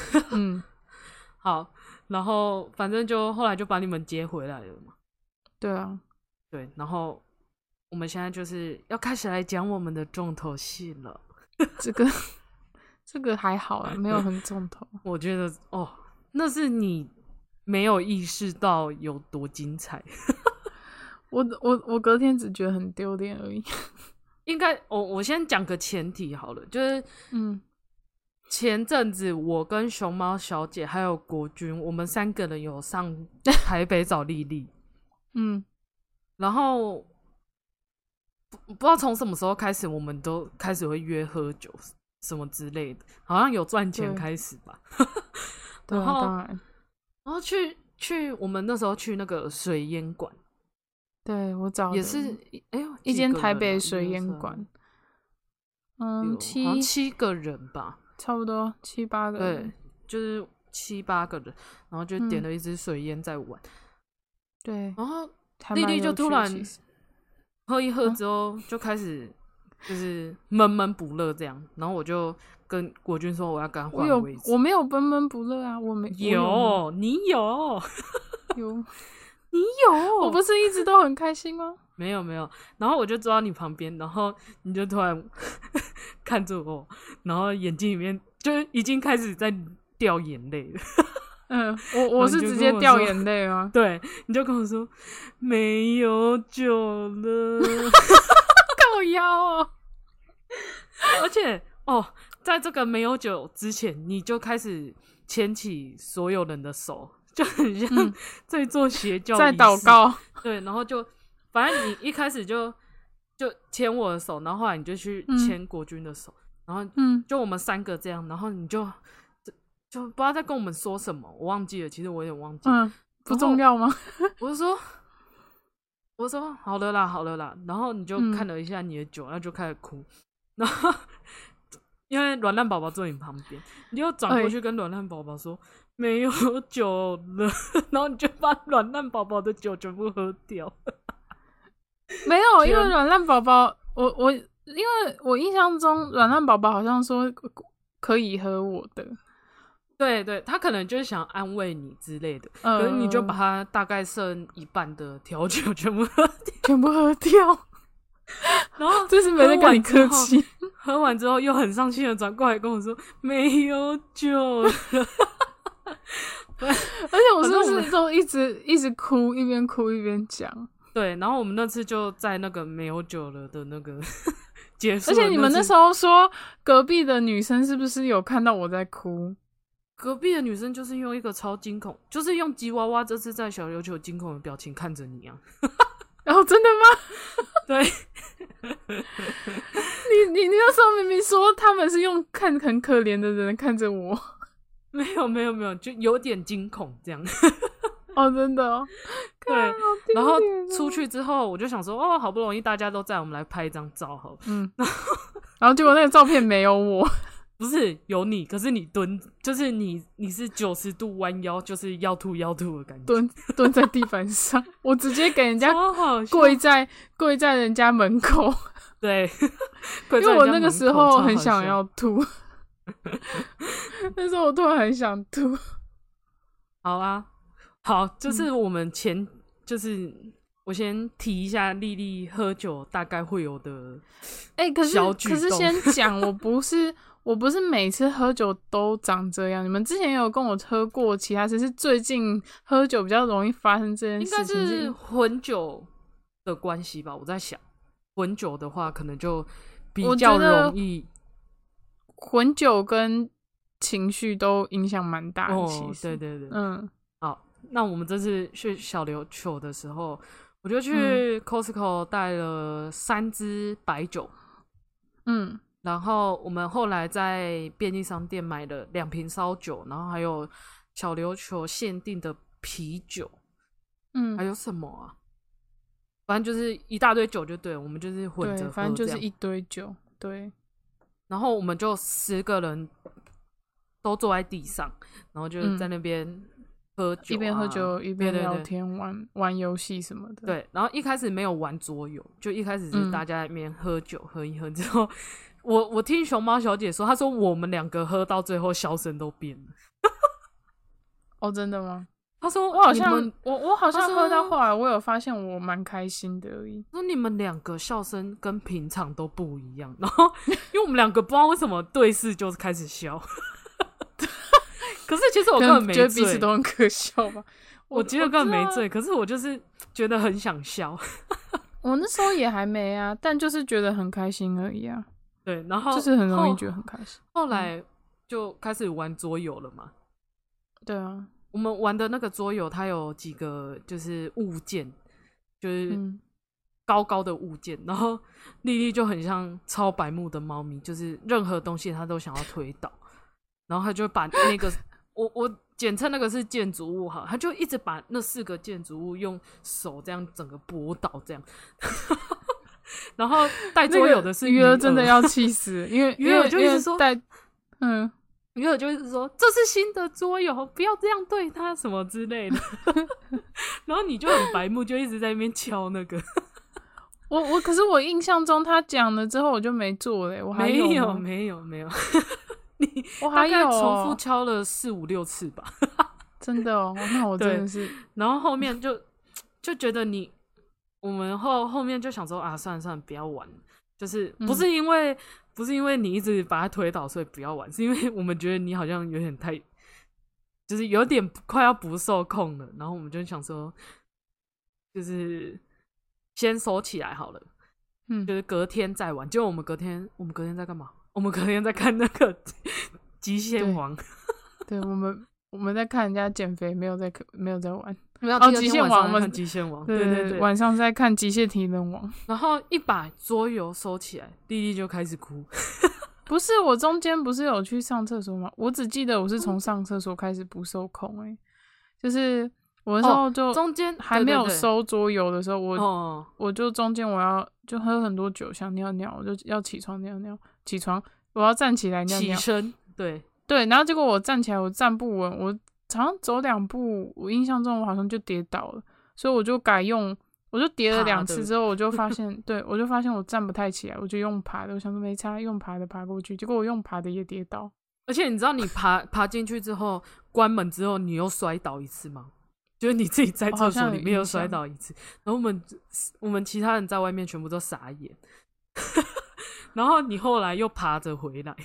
好，然后反正就后来就把你们接回来了嘛。 对啊， 对，然后我们现在就是要开始来讲我们的重头戏了。 这个还好啦，没有很重头。 我觉得那是你没有意识到有多精彩。 我隔天只觉得很丢脸而已。 应该我先讲个前提好了，就是前阵子我跟熊猫小姐还有国军，我们3个人有上台北找丽丽。然后不知道从什么时候开始，我们都开始会约喝酒什么之类的，好像有赚钱开始吧。 对啊，当然。 然后去我们那时候去那个水烟馆， 对我找的也是一间台北水烟馆 ，7个人吧， 差不多7、8个人， 对，就是7、8个人，然后就点了一支水烟在玩。 对， 然后丽丽就突然喝一喝之后就开始就是闷闷不乐这样，然后我就跟国军说我要跟他换位置。 我没有闷闷不乐啊，我没有，你有。 有， 你有？ 我不是一直都很开心吗？ 没有没有，然后我就坐到你旁边，然后你就突然看着我，然后眼睛里面就已经开始在掉眼泪了。 我是直接掉眼泪吗？ 对，你就跟我说没有酒了， 靠腰哦。 而且在这个没有酒之前，你就开始牵起所有人的手，就很像在做邪教仪式， 在祷告。 对，然后就反正你一开始就牵我的手，然后后来你就去牵国军的手，然后就我们3个这样，然后你就不知道在跟我们说什么，我忘记了，其实我有点忘记了， 不重要吗？ 我说好了啦，好了啦，然后你就看了一下你的酒，然后就开始哭，然后因为软烂宝宝坐你旁边，你就转过去跟软烂宝宝说没有酒了，然后你就把软烂宝宝的酒全部喝掉。 没有，因为软烂宝宝，因为我印象中软烂宝宝好像说可以喝我的。 对对，他可能就是想安慰你之类的，可是你就把他大概剩一半的调酒全部喝掉， 然后这是没在跟你客气。 喝完之后又很伤心的转过来跟我说没有酒了。 而且我是不是都一直哭，一边哭一边讲？ 对，然后我们那次就在那个没有酒了的那个结束。 而且你们那时候说隔壁的女生是不是有看到我在哭？ 隔壁的女生就是用一个超惊恐，就是用吉娃娃这次在小琉球惊恐的表情看着你啊。 然后真的吗？ 对。 你那时候明明说他们是用看很可怜的人看着我。 没有，就有点惊恐这样。 哦，真的哦。 对，然后出去之后我就想说好不容易大家都在，我们来拍一张照好了。 然后结果那个照片没有我。 不是有你，可是你蹲，就是你是90度弯腰，就是要吐的感觉， 蹲在地板上，我直接给人家跪在人家门口。 对， 因为我那个时候很想要吐。那时候我突然很想吐。 好啊，好，就是我们就是我先提一下莉莉喝酒大概会有的小举动。可是先讲，我不是每次喝酒都长这样。你们之前有跟我喝过其他次，是最近喝酒比较容易发生这件事情。 应该是混酒的关系吧，我在想，混酒的话可能就比较容易。 混酒跟情绪都影响蛮大的，其实。 对，好，那我们这次去小琉球的时候，我就去 Costco 带了3支白酒。然后我们后来在便利商店买了2瓶烧酒，然后还有小琉球限定的啤酒。还有什么啊？反正就是一大堆酒就对了，我们就是混着喝， 反正就是一堆酒。对， 然后我们就10个人都坐在地上，然后就在那边喝酒， 一边喝酒一边聊天，玩游戏什么的。 对，然后一开始没有玩桌游，就一开始是大家在那边喝酒，喝一喝之后，我听熊猫小姐说，她说我们2个喝到最后笑声都变了。 哦，真的吗？ 她说我好像喝到后来，我有发现我蛮开心的而已。 说你们2个笑声跟平常都不一样，然后因为我们2个不知道为什么对视就是开始笑。可是其实我根本没醉， 觉得彼此都很可笑吧。 我觉得根本没醉，可是我就是觉得很想笑。 我那时候也还没啊，但就是觉得很开心而已啊。 对，然后就是很容易觉得很开心。 后来就开始玩桌游了嘛。 对啊， 我们玩的那个桌游，它有几个就是物件，就是高高的物件，然后莉莉就很像超白目的猫咪，就是任何东西她都想要推倒，然后她就把那个我简称那个是建筑物哈，她就一直把那4个建筑物用手这样整个拨倒这样。然后带桌游的是鱼儿，真的要气死，因为鱼儿就一直说鱼儿就一直说这是新的桌游，不要这样对他什么之类的。然后你就很白目，就一直在那边敲那个。 可是我印象中他讲了之后我就没做了，我还有吗？ 没有。你我还有大概重复敲了4、5、6次吧。 真的哦，那我真的是。 然后后面就觉得我们后面就想说啊，算了算了，不要玩，就是不是因为你一直把他推倒，所以不要玩，是因为我们觉得你好像有点太，就是有点快要不受控了，然后我们就想说，就是先收起来好了，就是隔天再玩。结果我们隔天在干嘛？我们隔天在看那个极限王。 对，我们在看人家减肥，没有在玩。 极限王，我们看极限王，对， 晚上在看极限体能王。 然后一把桌游收起来，弟弟就开始哭。 不是，我中间不是有去上厕所吗？我只记得我是从上厕所开始不受控就是我那时候就中间还没有收桌游的时候，我就中间我要就喝很多酒，想尿尿，我就要起床尿尿，起床我要站起来尿尿， 起身， 对，然后结果我站起来我站不稳，我好像走2步，我印象中我好像就跌倒了，所以我就我就跌了2次之后，我就发现对，我就发现我站不太起来，我就用爬的，我想说没差，用爬的爬过去，结果我用爬的也跌倒。 而且你知道你爬进去之后，关门之后你又摔倒一次吗？就是你自己在厕所里面又摔倒一次，然后我们其他人在外面全部都傻眼，然后你后来又爬着回来。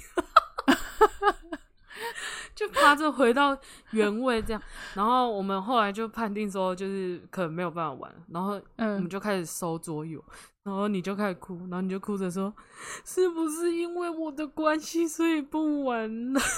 就爬着回到原位这样，然后我们后来就判定说，就是可能没有办法玩，然后我们就开始收桌游，然后你就开始哭，然后你就哭着说，是不是因为我的关系所以不玩了？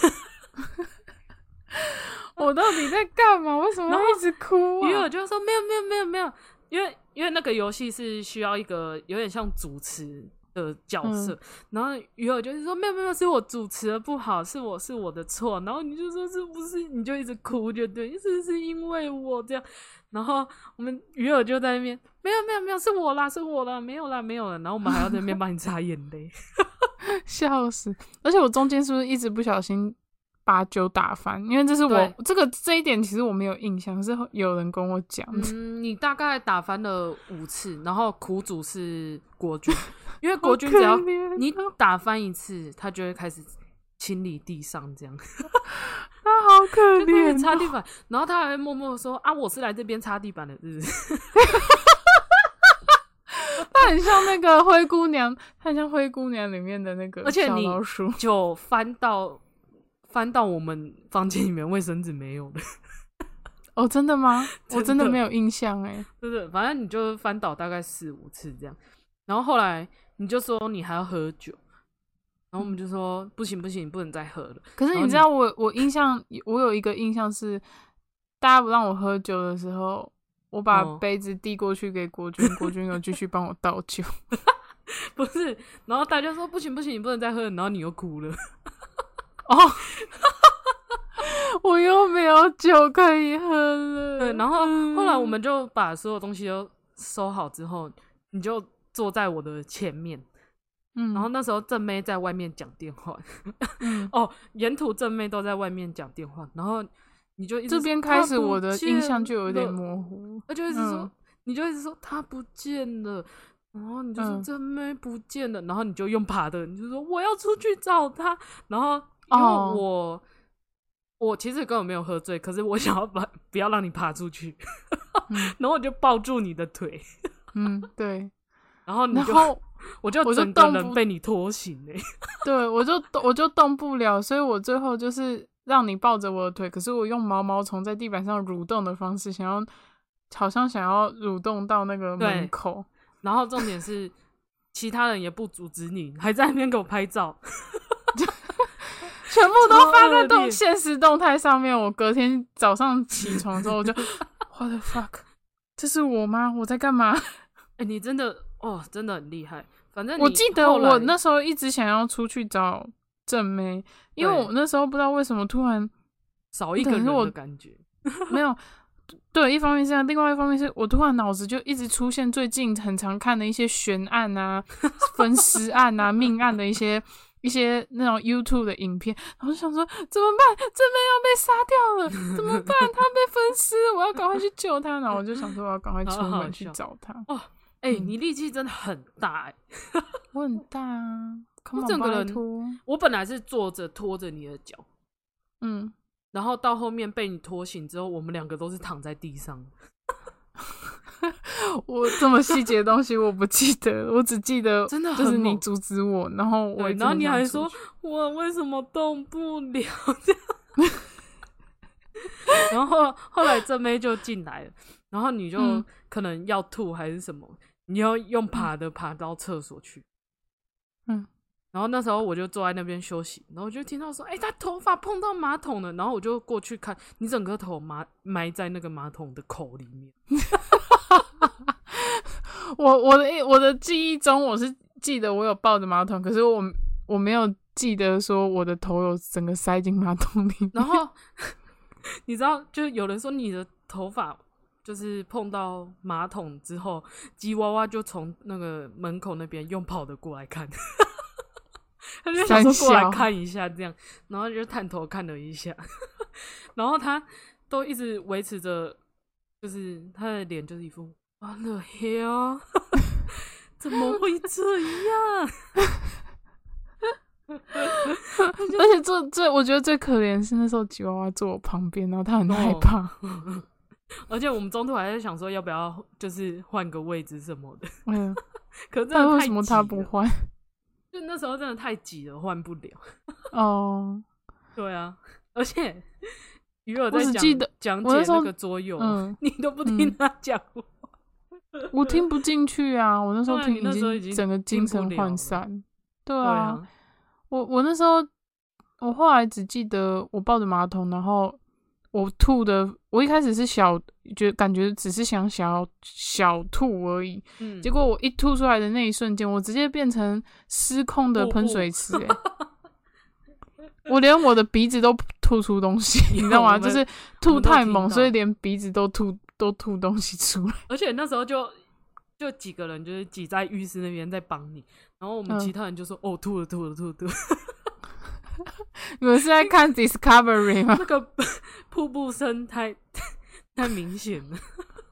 我到底在干嘛？为什么要一直哭啊？ 鱼儿就说没有，因为那个游戏是需要一个有点像主持的角色，然后鱼儿就是说没有，是我主持的不好，是我的错，然后你就说是不是，你就一直哭，就对，是因为我这样，然后我们鱼儿就在那边没有，是我啦，没有啦，然后我们还要在那边帮你擦眼泪， 笑死！而且我中间是不是一直不小心把酒打翻？因为这是我这一点其实我没有印象，是有人跟我讲的。 你大概打翻了5次，然后苦主是国军。因为国军只要你打翻1次，他就会开始清理地上，这样。 他好可怜， 擦地板，然后他还会默默说：“啊，我是来这边擦地板的，是不是？” 他很像那个灰姑娘，他很像灰姑娘里面的那个小老鼠。 而且你就翻到我们房间里面卫生纸没有了。 哦，真的吗？我真的没有印象对，反正你就翻倒大概4、5次这样，然后后来。你就说你还要喝酒，然后我们就说不行，不能再喝了。 可是你知道我印象，我有一个印象是，大家不让我喝酒的时候，我把杯子递过去给国军，国军有继续帮我倒酒。 不是，然后大家说不行，你不能再喝了，然后你又哭了。 哦，我又没有酒可以喝了。 对，然后后来我们就把所有东西都收好之后，你就坐在我的前面，然后那时候正妹在外面讲电话，沿途正妹都在外面讲电话，然后你就一直这边开始我的印象就有点模糊， 他就一直说，你就一直说他不见了，然后你就说正妹不见了，然后你就用爬的，你就说我要出去找他，然后因为我其实根本没有喝醉，可是我想要不要让你爬出去，然后我就抱住你的腿， 对。 然后我就整个人被你拖醒对，我就动不了，所以我最后就是让你抱着我的腿，可是我用毛毛虫在地板上蠕动的方式，好像想要蠕动到那个门口。 然后重点是其他人也不阻止你，还在那边给我拍照， 全部都发在限时动态上面。我隔天早上起床之后，我就What the fuck， 这是我吗？我在干嘛？ 你真的很厉害。反正我记得我那时候一直想要出去找正妹，因为我那时候不知道为什么突然少一个人的感觉。 没有，对，一方面是这样，另外一方面是我突然脑子就一直出现最近很常看的一些悬案啊、分尸案啊、命案的一些那种 YouTube 的影片，然后就想说怎么办？正妹要被杀掉了，怎么办？他被分尸，我要赶快去救他。然后我就想说我要赶快出门去找他。 你力气真的很大我很大啊！ 我整个人，我本来是坐着拖着你的脚， 然后到后面被你拖醒之后，我们两个都是躺在地上。 我这么细节的东西我不记得，我只记得真的就是你阻止我，然后我然后你还说我为什么动不了这样然后后来正妹就进来了，然后你就可能要吐还是什么，你要用爬的爬到厕所去。然后那时候我就坐在那边休息，然后我就听到说他头发碰到马桶了，然后我就过去看，你整个头埋在那个马桶的口里面。 我的记忆中我是记得我有抱着马桶，可是我没有记得说我的头有整个塞进马桶里面。 然后你知道就有人说你的头发就是碰到马桶之后，吉娃娃就从那个门口那边用跑的过来看他就想说过来看一下这样，然后就探头看了一下然后他都一直维持着，就是他的脸就是一副What the hell 怎么会这样而且我觉得最可怜是那时候吉娃娃坐我旁边，然后他很害怕而且我们中途还在想说要不要就是换个位置什么的可是真的但为什么他不换？ 就那时候真的太挤了，换不了哦对啊，而且鱼儿在讲解那个桌游你都不听他讲我听不进去啊，我那时候听已经整个精神涣散。对啊，我那时候我后来只记得我抱着马桶，然后我吐的，我一开始是感觉只是想小吐而已，结果我一吐出来的那一瞬间，我直接变成失控的喷水池我连我的鼻子都吐出东西你知道吗？就是吐太猛，所以连鼻子都吐东西出来。 而且那时候就几个人就是挤在浴室那边在帮你，然后我们其他人就说吐了你们是在看 Discovery 吗？ 那个瀑布声太明显了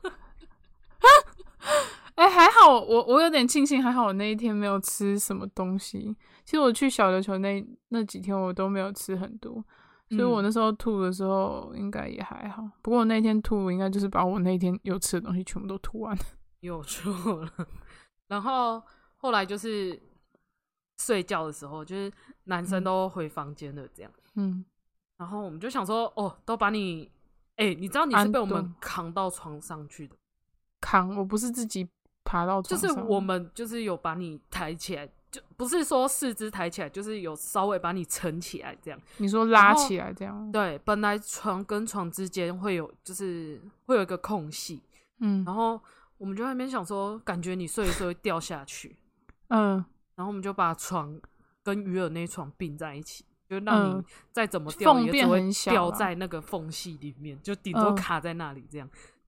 还好我有点庆幸，还好我那一天没有吃什么东西。其实我去小琉球那几天我都没有吃很多，所以我那时候吐的时候应该也还好。不过我那天吐应该就是把我那天有吃的东西全部都吐完了。 有错了。然后后来就是睡觉的时候，就是男生都回房间了这样，然后我们就想说都把你你知道你是被我们扛到床上去的。 我不是自己爬到床上， 就是我们就是有把你抬起来，就不是说四肢抬起来，就是有稍微把你撑起来这样。 你说拉起来这样？ 对，本来床跟床之间会有一个空隙，然后我们就在那边想说，感觉你睡一睡会掉下去，然后我们就把床跟鱼饵那床并在一起，就让你再怎么掉也只会掉在那个缝隙里面，就顶多卡在那里这样。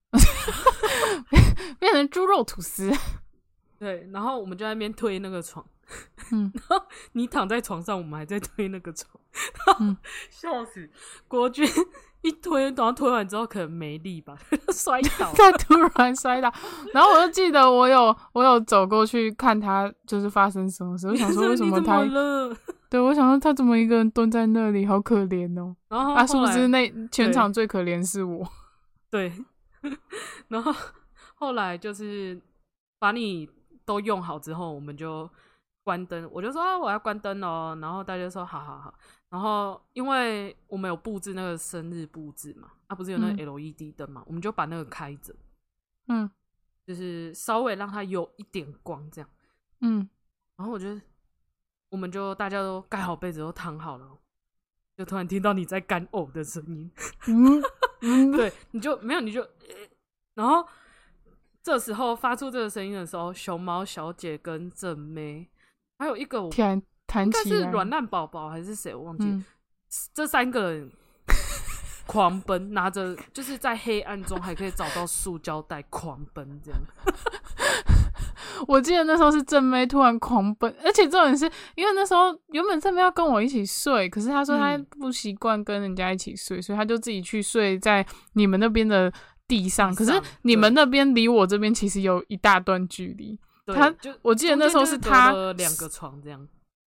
变成猪肉吐司。 对，然后我们就在那边推那个床，然后你躺在床上，我们还在推那个床，笑死！国军一推，然后推完之后可能没力吧，摔倒， 再突然摔倒，然后我就记得我有走过去看他，就是发生什么事。我想说为什么他对，我想说他怎么一个人蹲在那里，好可怜哦。 然后是不是全场最可怜是我？ 对。然后后来就是把你都用好之后，我们就关灯。我就说我要关灯哦，然后大家就说好。然后因为我们有布置那个生日布置嘛，不是有那个 LED 灯嘛，我们就把那个开着，就是稍微让它有一点光这样，然后我们就大家都盖好被子都躺好了，就突然听到你在干呕的声音，对，你就然后这时候发出这个声音的时候，熊猫小姐跟正妹还有一个弹起来， 应该是软烂宝宝还是谁我忘记了，这三个人狂奔，拿着就是在黑暗中还可以找到塑胶袋狂奔这样。 我记得那时候是正妹突然狂奔，而且重点是因为那时候原本正妹要跟我一起睡，可是她说她不习惯跟人家一起睡，所以她就自己去睡在你们那边的地上，可是你们那边离我这边其实有一大段距离。我记得那时候是她 2个床这样。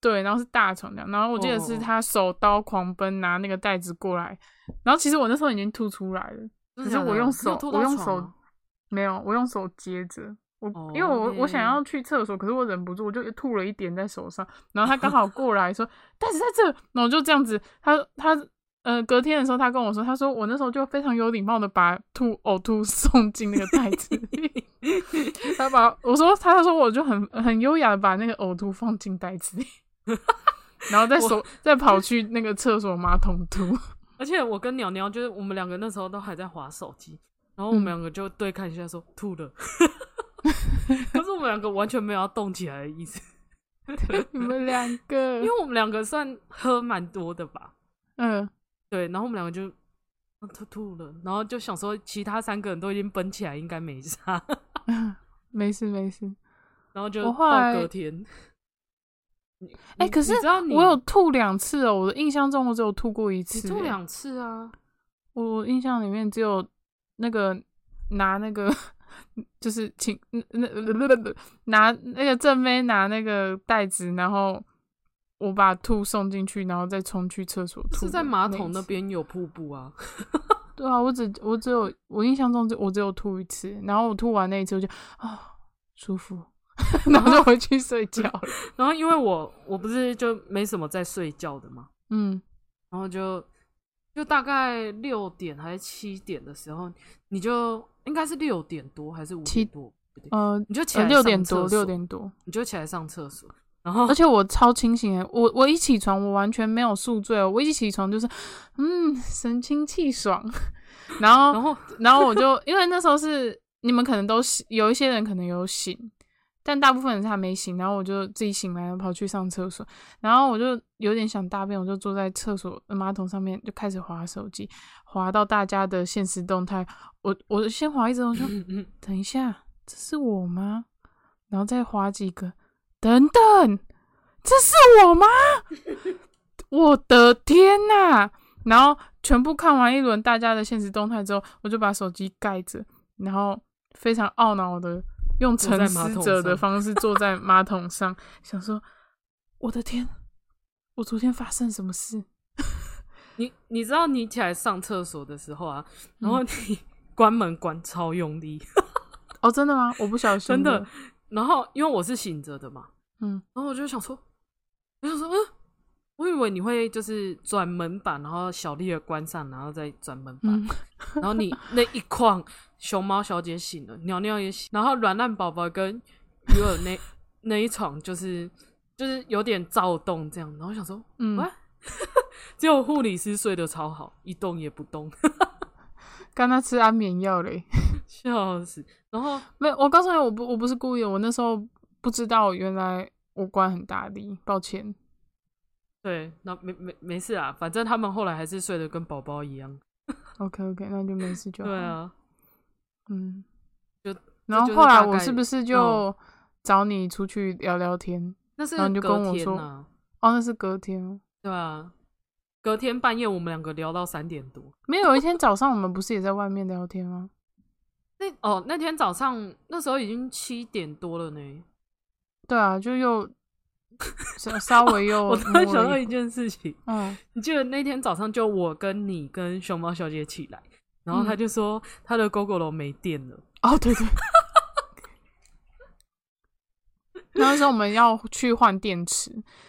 对，然后是大床这样，然后我记得是他手刀狂奔拿那个袋子过来，然后其实我那时候已经吐出来了，可是我用手没有，我用手接着。因为我想要去厕所，可是我忍不住，我就吐了一点在手上，然后他刚好过来说袋子在这，然后我就这样子，他隔天的时候他跟我说，他说我那时候就非常有礼貌的把呕吐送进那个袋子里，他说我就很优雅的把那个呕吐放进袋子里，然后再跑去那个厕所马桶吐。 而且我跟鸟鸟就是我们两个那时候都还在滑手机，然后我们两个就对看一下说吐了，可是我们两个完全没有要动起来的意思。 你们两个， 因为我们两个算喝蛮多的吧，对，然后我们两个就吐了，然后就想说其他3个人都已经奔起来，应该没啥。 没事， 然后就到隔天。 可是我有吐2次哦，我的印象中我只有吐过1次。 你吐2次啊？ 我印象里面只有那个拿那个就是拿那个正妹拿那个袋子，然后我把吐送进去，然后再冲去厕所吐。 是在马桶那边有瀑布啊？ 对啊，我印象中我只有吐1次，然后我吐完那一次我就舒服。然后就回去睡觉了。 然后因为我不是就没什么在睡觉的嘛，然后就大概6点还是7点的时候，你就应该是6点多还是5点多，你就起来 6点多， 你就起来上厕所。然后而且我超清醒的，我一起床我完全没有宿醉哦，我一起床就是神清气爽。然后我就因为那时候是你们可能都有一些人可能有醒。但大部分人是还没醒，然后我就自己醒来了，跑去上厕所，然后我就有点想大便，我就坐在厕所的马桶上面就开始滑手机，滑到大家的限时动态，我先滑一直，我说等一下，这是我吗？然后再滑几个，等等，这是我吗？我的天哪！然后全部看完一轮大家的限时动态之后，我就把手机盖着，然后非常懊恼的用沉思者的方式坐在马桶上，想说我的天，我昨天发生什么事？ 你知道你起来上厕所的时候啊，然后你关门关超用力。 哦，真的吗？我不小心真的。然后因为我是醒着的嘛，然后我就想说我以为你会就是转门把，然后小力的关上，然后再转门把，然后你那一框熊猫小姐醒了，鸟鸟也醒，然后软烂宝宝跟鱼儿那一床就是有点躁动这样，然后想说只有护理师睡得超好，一动也不动。 刚才吃安眠药嘞， 笑死。然后没有，我告诉你，我不是故意的，我那时候不知道原来我关很大力，抱歉。 对，那没事啊，反正他们后来还是睡得跟宝宝一样。 OK， 那就没事就好。 对啊， 然后后来我是不是就找你出去聊聊天？ 那是然后你就跟我说，那是隔天。 对啊，隔天半夜我们2个聊到3点多。 没有一天早上我们不是也在外面聊天吗？ 那天早上那时候已经7点多了呢。对啊，就又稍微又我突然想到一件事情，你记得那天早上就我跟你跟熊猫小姐起来，然后他就说他的 GoGo 没电了。 哦，对。那时候我们要去换电池，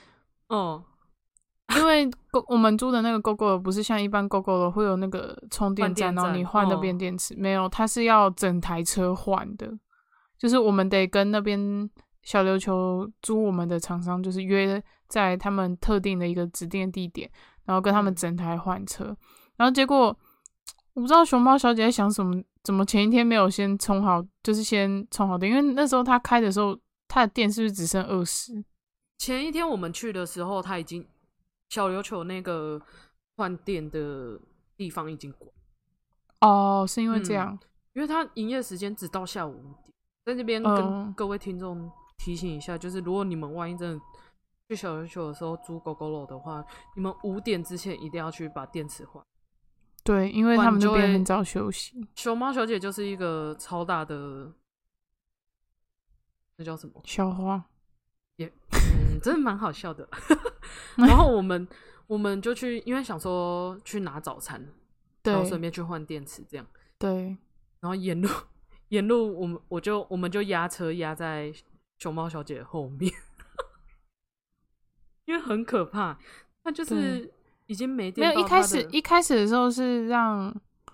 因为我们租的那个 GoGo 不是像一般 GoGo 会有那个充电站，然后你换那边电池，没有，它是要整台车换的，就是我们得跟那边小琉球租我们的厂商，就是约在他们特定的一个指定的地点，然后跟他们整台换车，然后结果我不知道熊猫小姐在想什么，怎么前一天没有先充好，就是先充好电，因为那时候他开的时候，他的电是不是只剩20？ 前一天我们去的时候，他已经小琉球那个换电的地方已经关。 哦，是因为这样， 因为他营业时间只到下午5点，在这边跟各位听众提醒一下，就是如果你们万一真的去小琉球的时候租 GoGo 的话，你们5点之前一定要去把电池换。 对，因为他们那边很早休息。 熊猫小姐就是一个超大的，那叫什么？ 小花。 真的蛮好笑的。然后我们就去，因为想说去拿早餐，然后顺便去换电池这样。 对。 然后沿路我们就压车压在熊猫小姐的后面，因为很可怕，她就是已经没电到她的。 没有，一开始的时候是让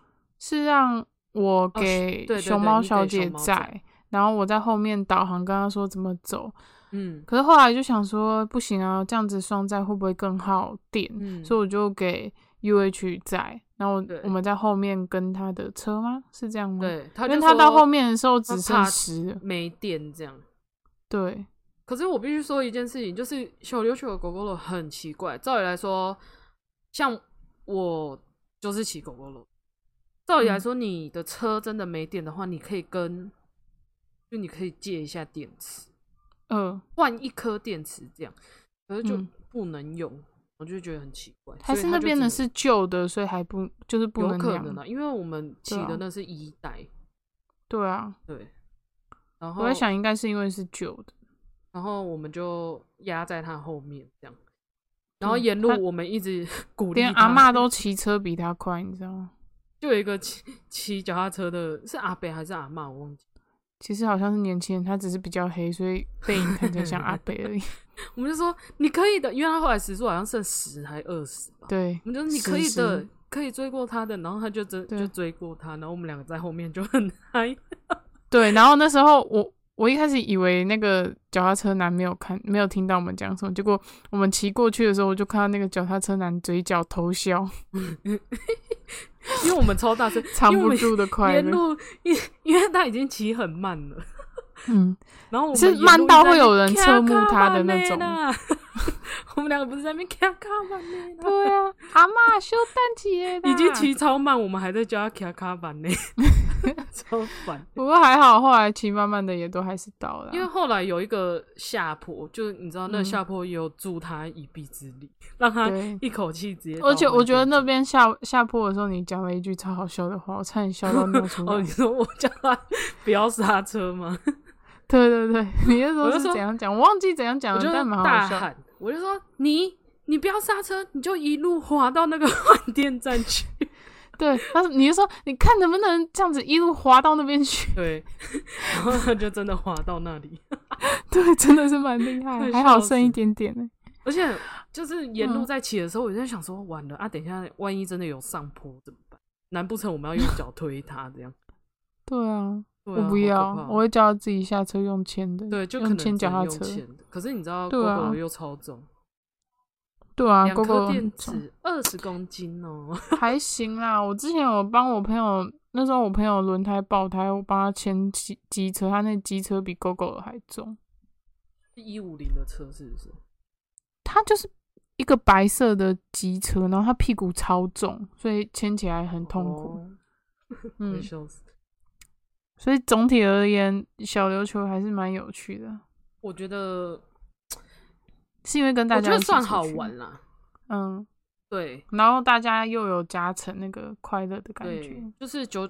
我给熊猫小姐载，然后我在后面导航跟她说怎么走。可是后来就想说不行啊，这样子双载会不会更耗电？所以我就给 UH 载，然后我们在后面跟他的车吗？是这样吗？ 对， 因为他到后面的时候只剩10了， 没电这样。 对。 可是我必须说一件事情，就是小琉球的狗狗肉很奇怪。照理来说，像我就是骑狗狗肉，照理来说，你的车真的没电的话，你可以你可以借一下电池，换一颗电池这样，可是就不能用。我就觉得很奇怪， 还是那边的是旧的，所以还不就是不能有可能啊，因为我们骑的那是1代。 对啊， 对。然后我在想，应该是因为是旧的， 然后我们就压在他后面这样，然后沿路我们一直鼓励他， 连阿嬷都骑车比他快，你知道吗？ 就有一个骑脚踏车的，是阿伯还是阿嬷，我忘记。 其实好像是年轻人，他只是比较黑，所以背影看起来像阿伯而已。 我们就说你可以的，因为他后来时速好像剩10还20吧。 对， 我们就说你可以的，可以追过他的，然后他就追过他，然后我们2个在后面就很嗨。 对，然后那时候我一开始以为那个脚踏车男没有听到我们讲什么，结果我们骑过去的时候，我就看到那个脚踏车男嘴角偷笑， 因为我们超大声， 藏不住的快乐。 沿路因为他已经骑很慢了，然后我们是慢到会有人侧目他的那种。 我们2个不是在那边卡卡板呢？ 对啊，阿嬷修蛋起来， 已经骑超慢，我们还在叫他卡卡板呢，超烦。 不过还好，后来骑慢慢的也都还是到了。 因为后来有一个下坡，就是你知道那个下坡也有助他一臂之力，让他一口气直接。 而且我觉得那边下坡的时候，你讲了一句超好笑的话，我差点笑到尿出来。 你说我叫他不要刹车吗？ 对对对，你那时候是怎样讲？我忘记怎样讲了，但蛮好笑。 大喊，我就说你不要刹车，你就一路滑到那个换电站去。 对，你就说你看能不能这样子一路滑到那边去。 对，然后他就真的滑到那里。 对，真的是蛮厉害，还好剩一点点呢。 而且就是沿路在骑的时候，我就在想说，完了啊，等一下万一真的有上坡怎么办？难不成我们要用脚推他这样？ 对啊。我不要，我会叫他自己下车用牵的。 对，就可能用牵脚踏车。 可是你知道，狗狗又超重。 对啊， 2颗电池20公斤哦， 还行啦。我之前有帮我朋友，那时候我朋友轮胎爆胎，我帮他牵机车，他那机车比狗狗的还重。 是150的车是不是？ 它就是一个白色的机车，然后它屁股超重，所以牵起来很痛苦。 会笑死。 所以总体而言，小琉球还是蛮有趣的。 我觉得是因为跟大家一起出去， 我觉得算好玩啦。对。 然后大家又有加成那个快乐的感觉， 就是就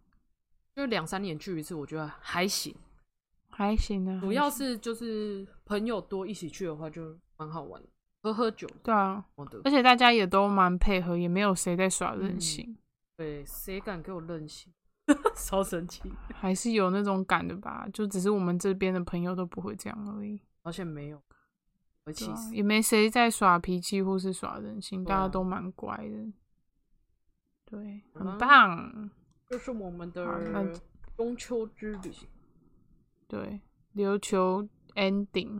2-3年去一次，我觉得还行， 还行啊。 主要是就是朋友多一起去的话，就蛮好玩的，喝酒。 对啊，而且大家也都蛮配合，也没有谁在耍任性。 对，谁敢给我任性？超生气， 还是有那种感的吧，就只是我们这边的朋友都不会这样而已。 而且没有，我气死， 也没谁在耍脾气或是耍任性，大家都蛮乖的。对，很棒。 这是我们的中秋之旅。 对，琉球 ending。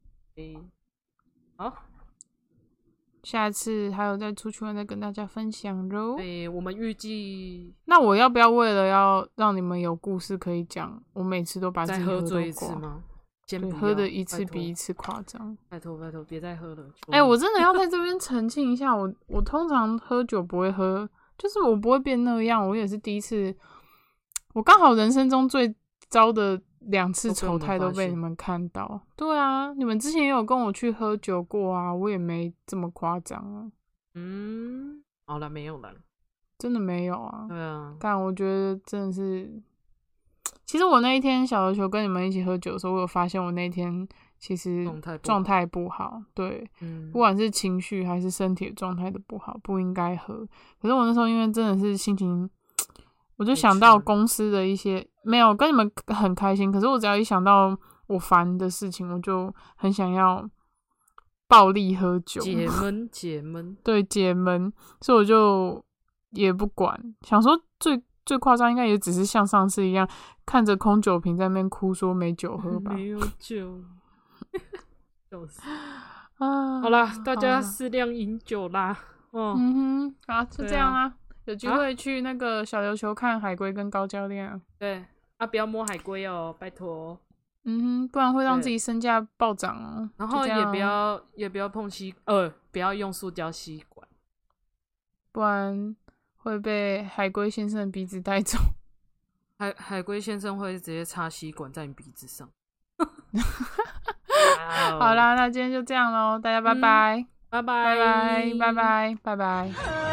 好。 下次还有再出去玩再跟大家分享咯。 对，我们预计。 那我要不要为了要让你们有故事可以讲，我每次都把自己喝醉一次吗？ 对，喝的一次比一次夸张。 拜托拜托，别再喝了。 我真的要在这边澄清一下，我通常喝酒不会喝，就是我不会变那样。我也是第一次，我刚好人生中最糟的2次丑态都被你们看到。对啊，你们之前也有跟我去喝酒过啊，我也没这么夸张啊。 好了，没有了， 真的没有啊。 对啊， 但我觉得真的是，其实我那一天小琉球跟你们一起喝酒的时候，我有发现我那一天其实状状态不好，对，不管是情绪还是身体的状态都不好，不应该喝。可是我那时候因为真的是心情，我就想到公司的一些没有跟你们很开心，可是我只要一想到我烦的事情，我就很想要暴力喝酒， 解闷， 对，解闷，所以我就也不管，想说最夸张应该也只是像上次一样，看着空酒瓶在那边哭说没酒喝吧， 没有酒，笑死啊！好啦，大家适量饮酒啦。 好，就这样啦。有机会去那个小琉球看海龟跟高教练啊。 对啊，不要摸海龟哦，拜托。 不然会让自己身价暴涨哦。 然后也不要碰不要用塑胶吸管， 不然会被海龟先生的鼻子带走。 海龟先生会直接插吸管在你鼻子上。 好啦，那今天就这样咯，大家拜拜， 拜拜， 拜拜，拜拜，拜拜。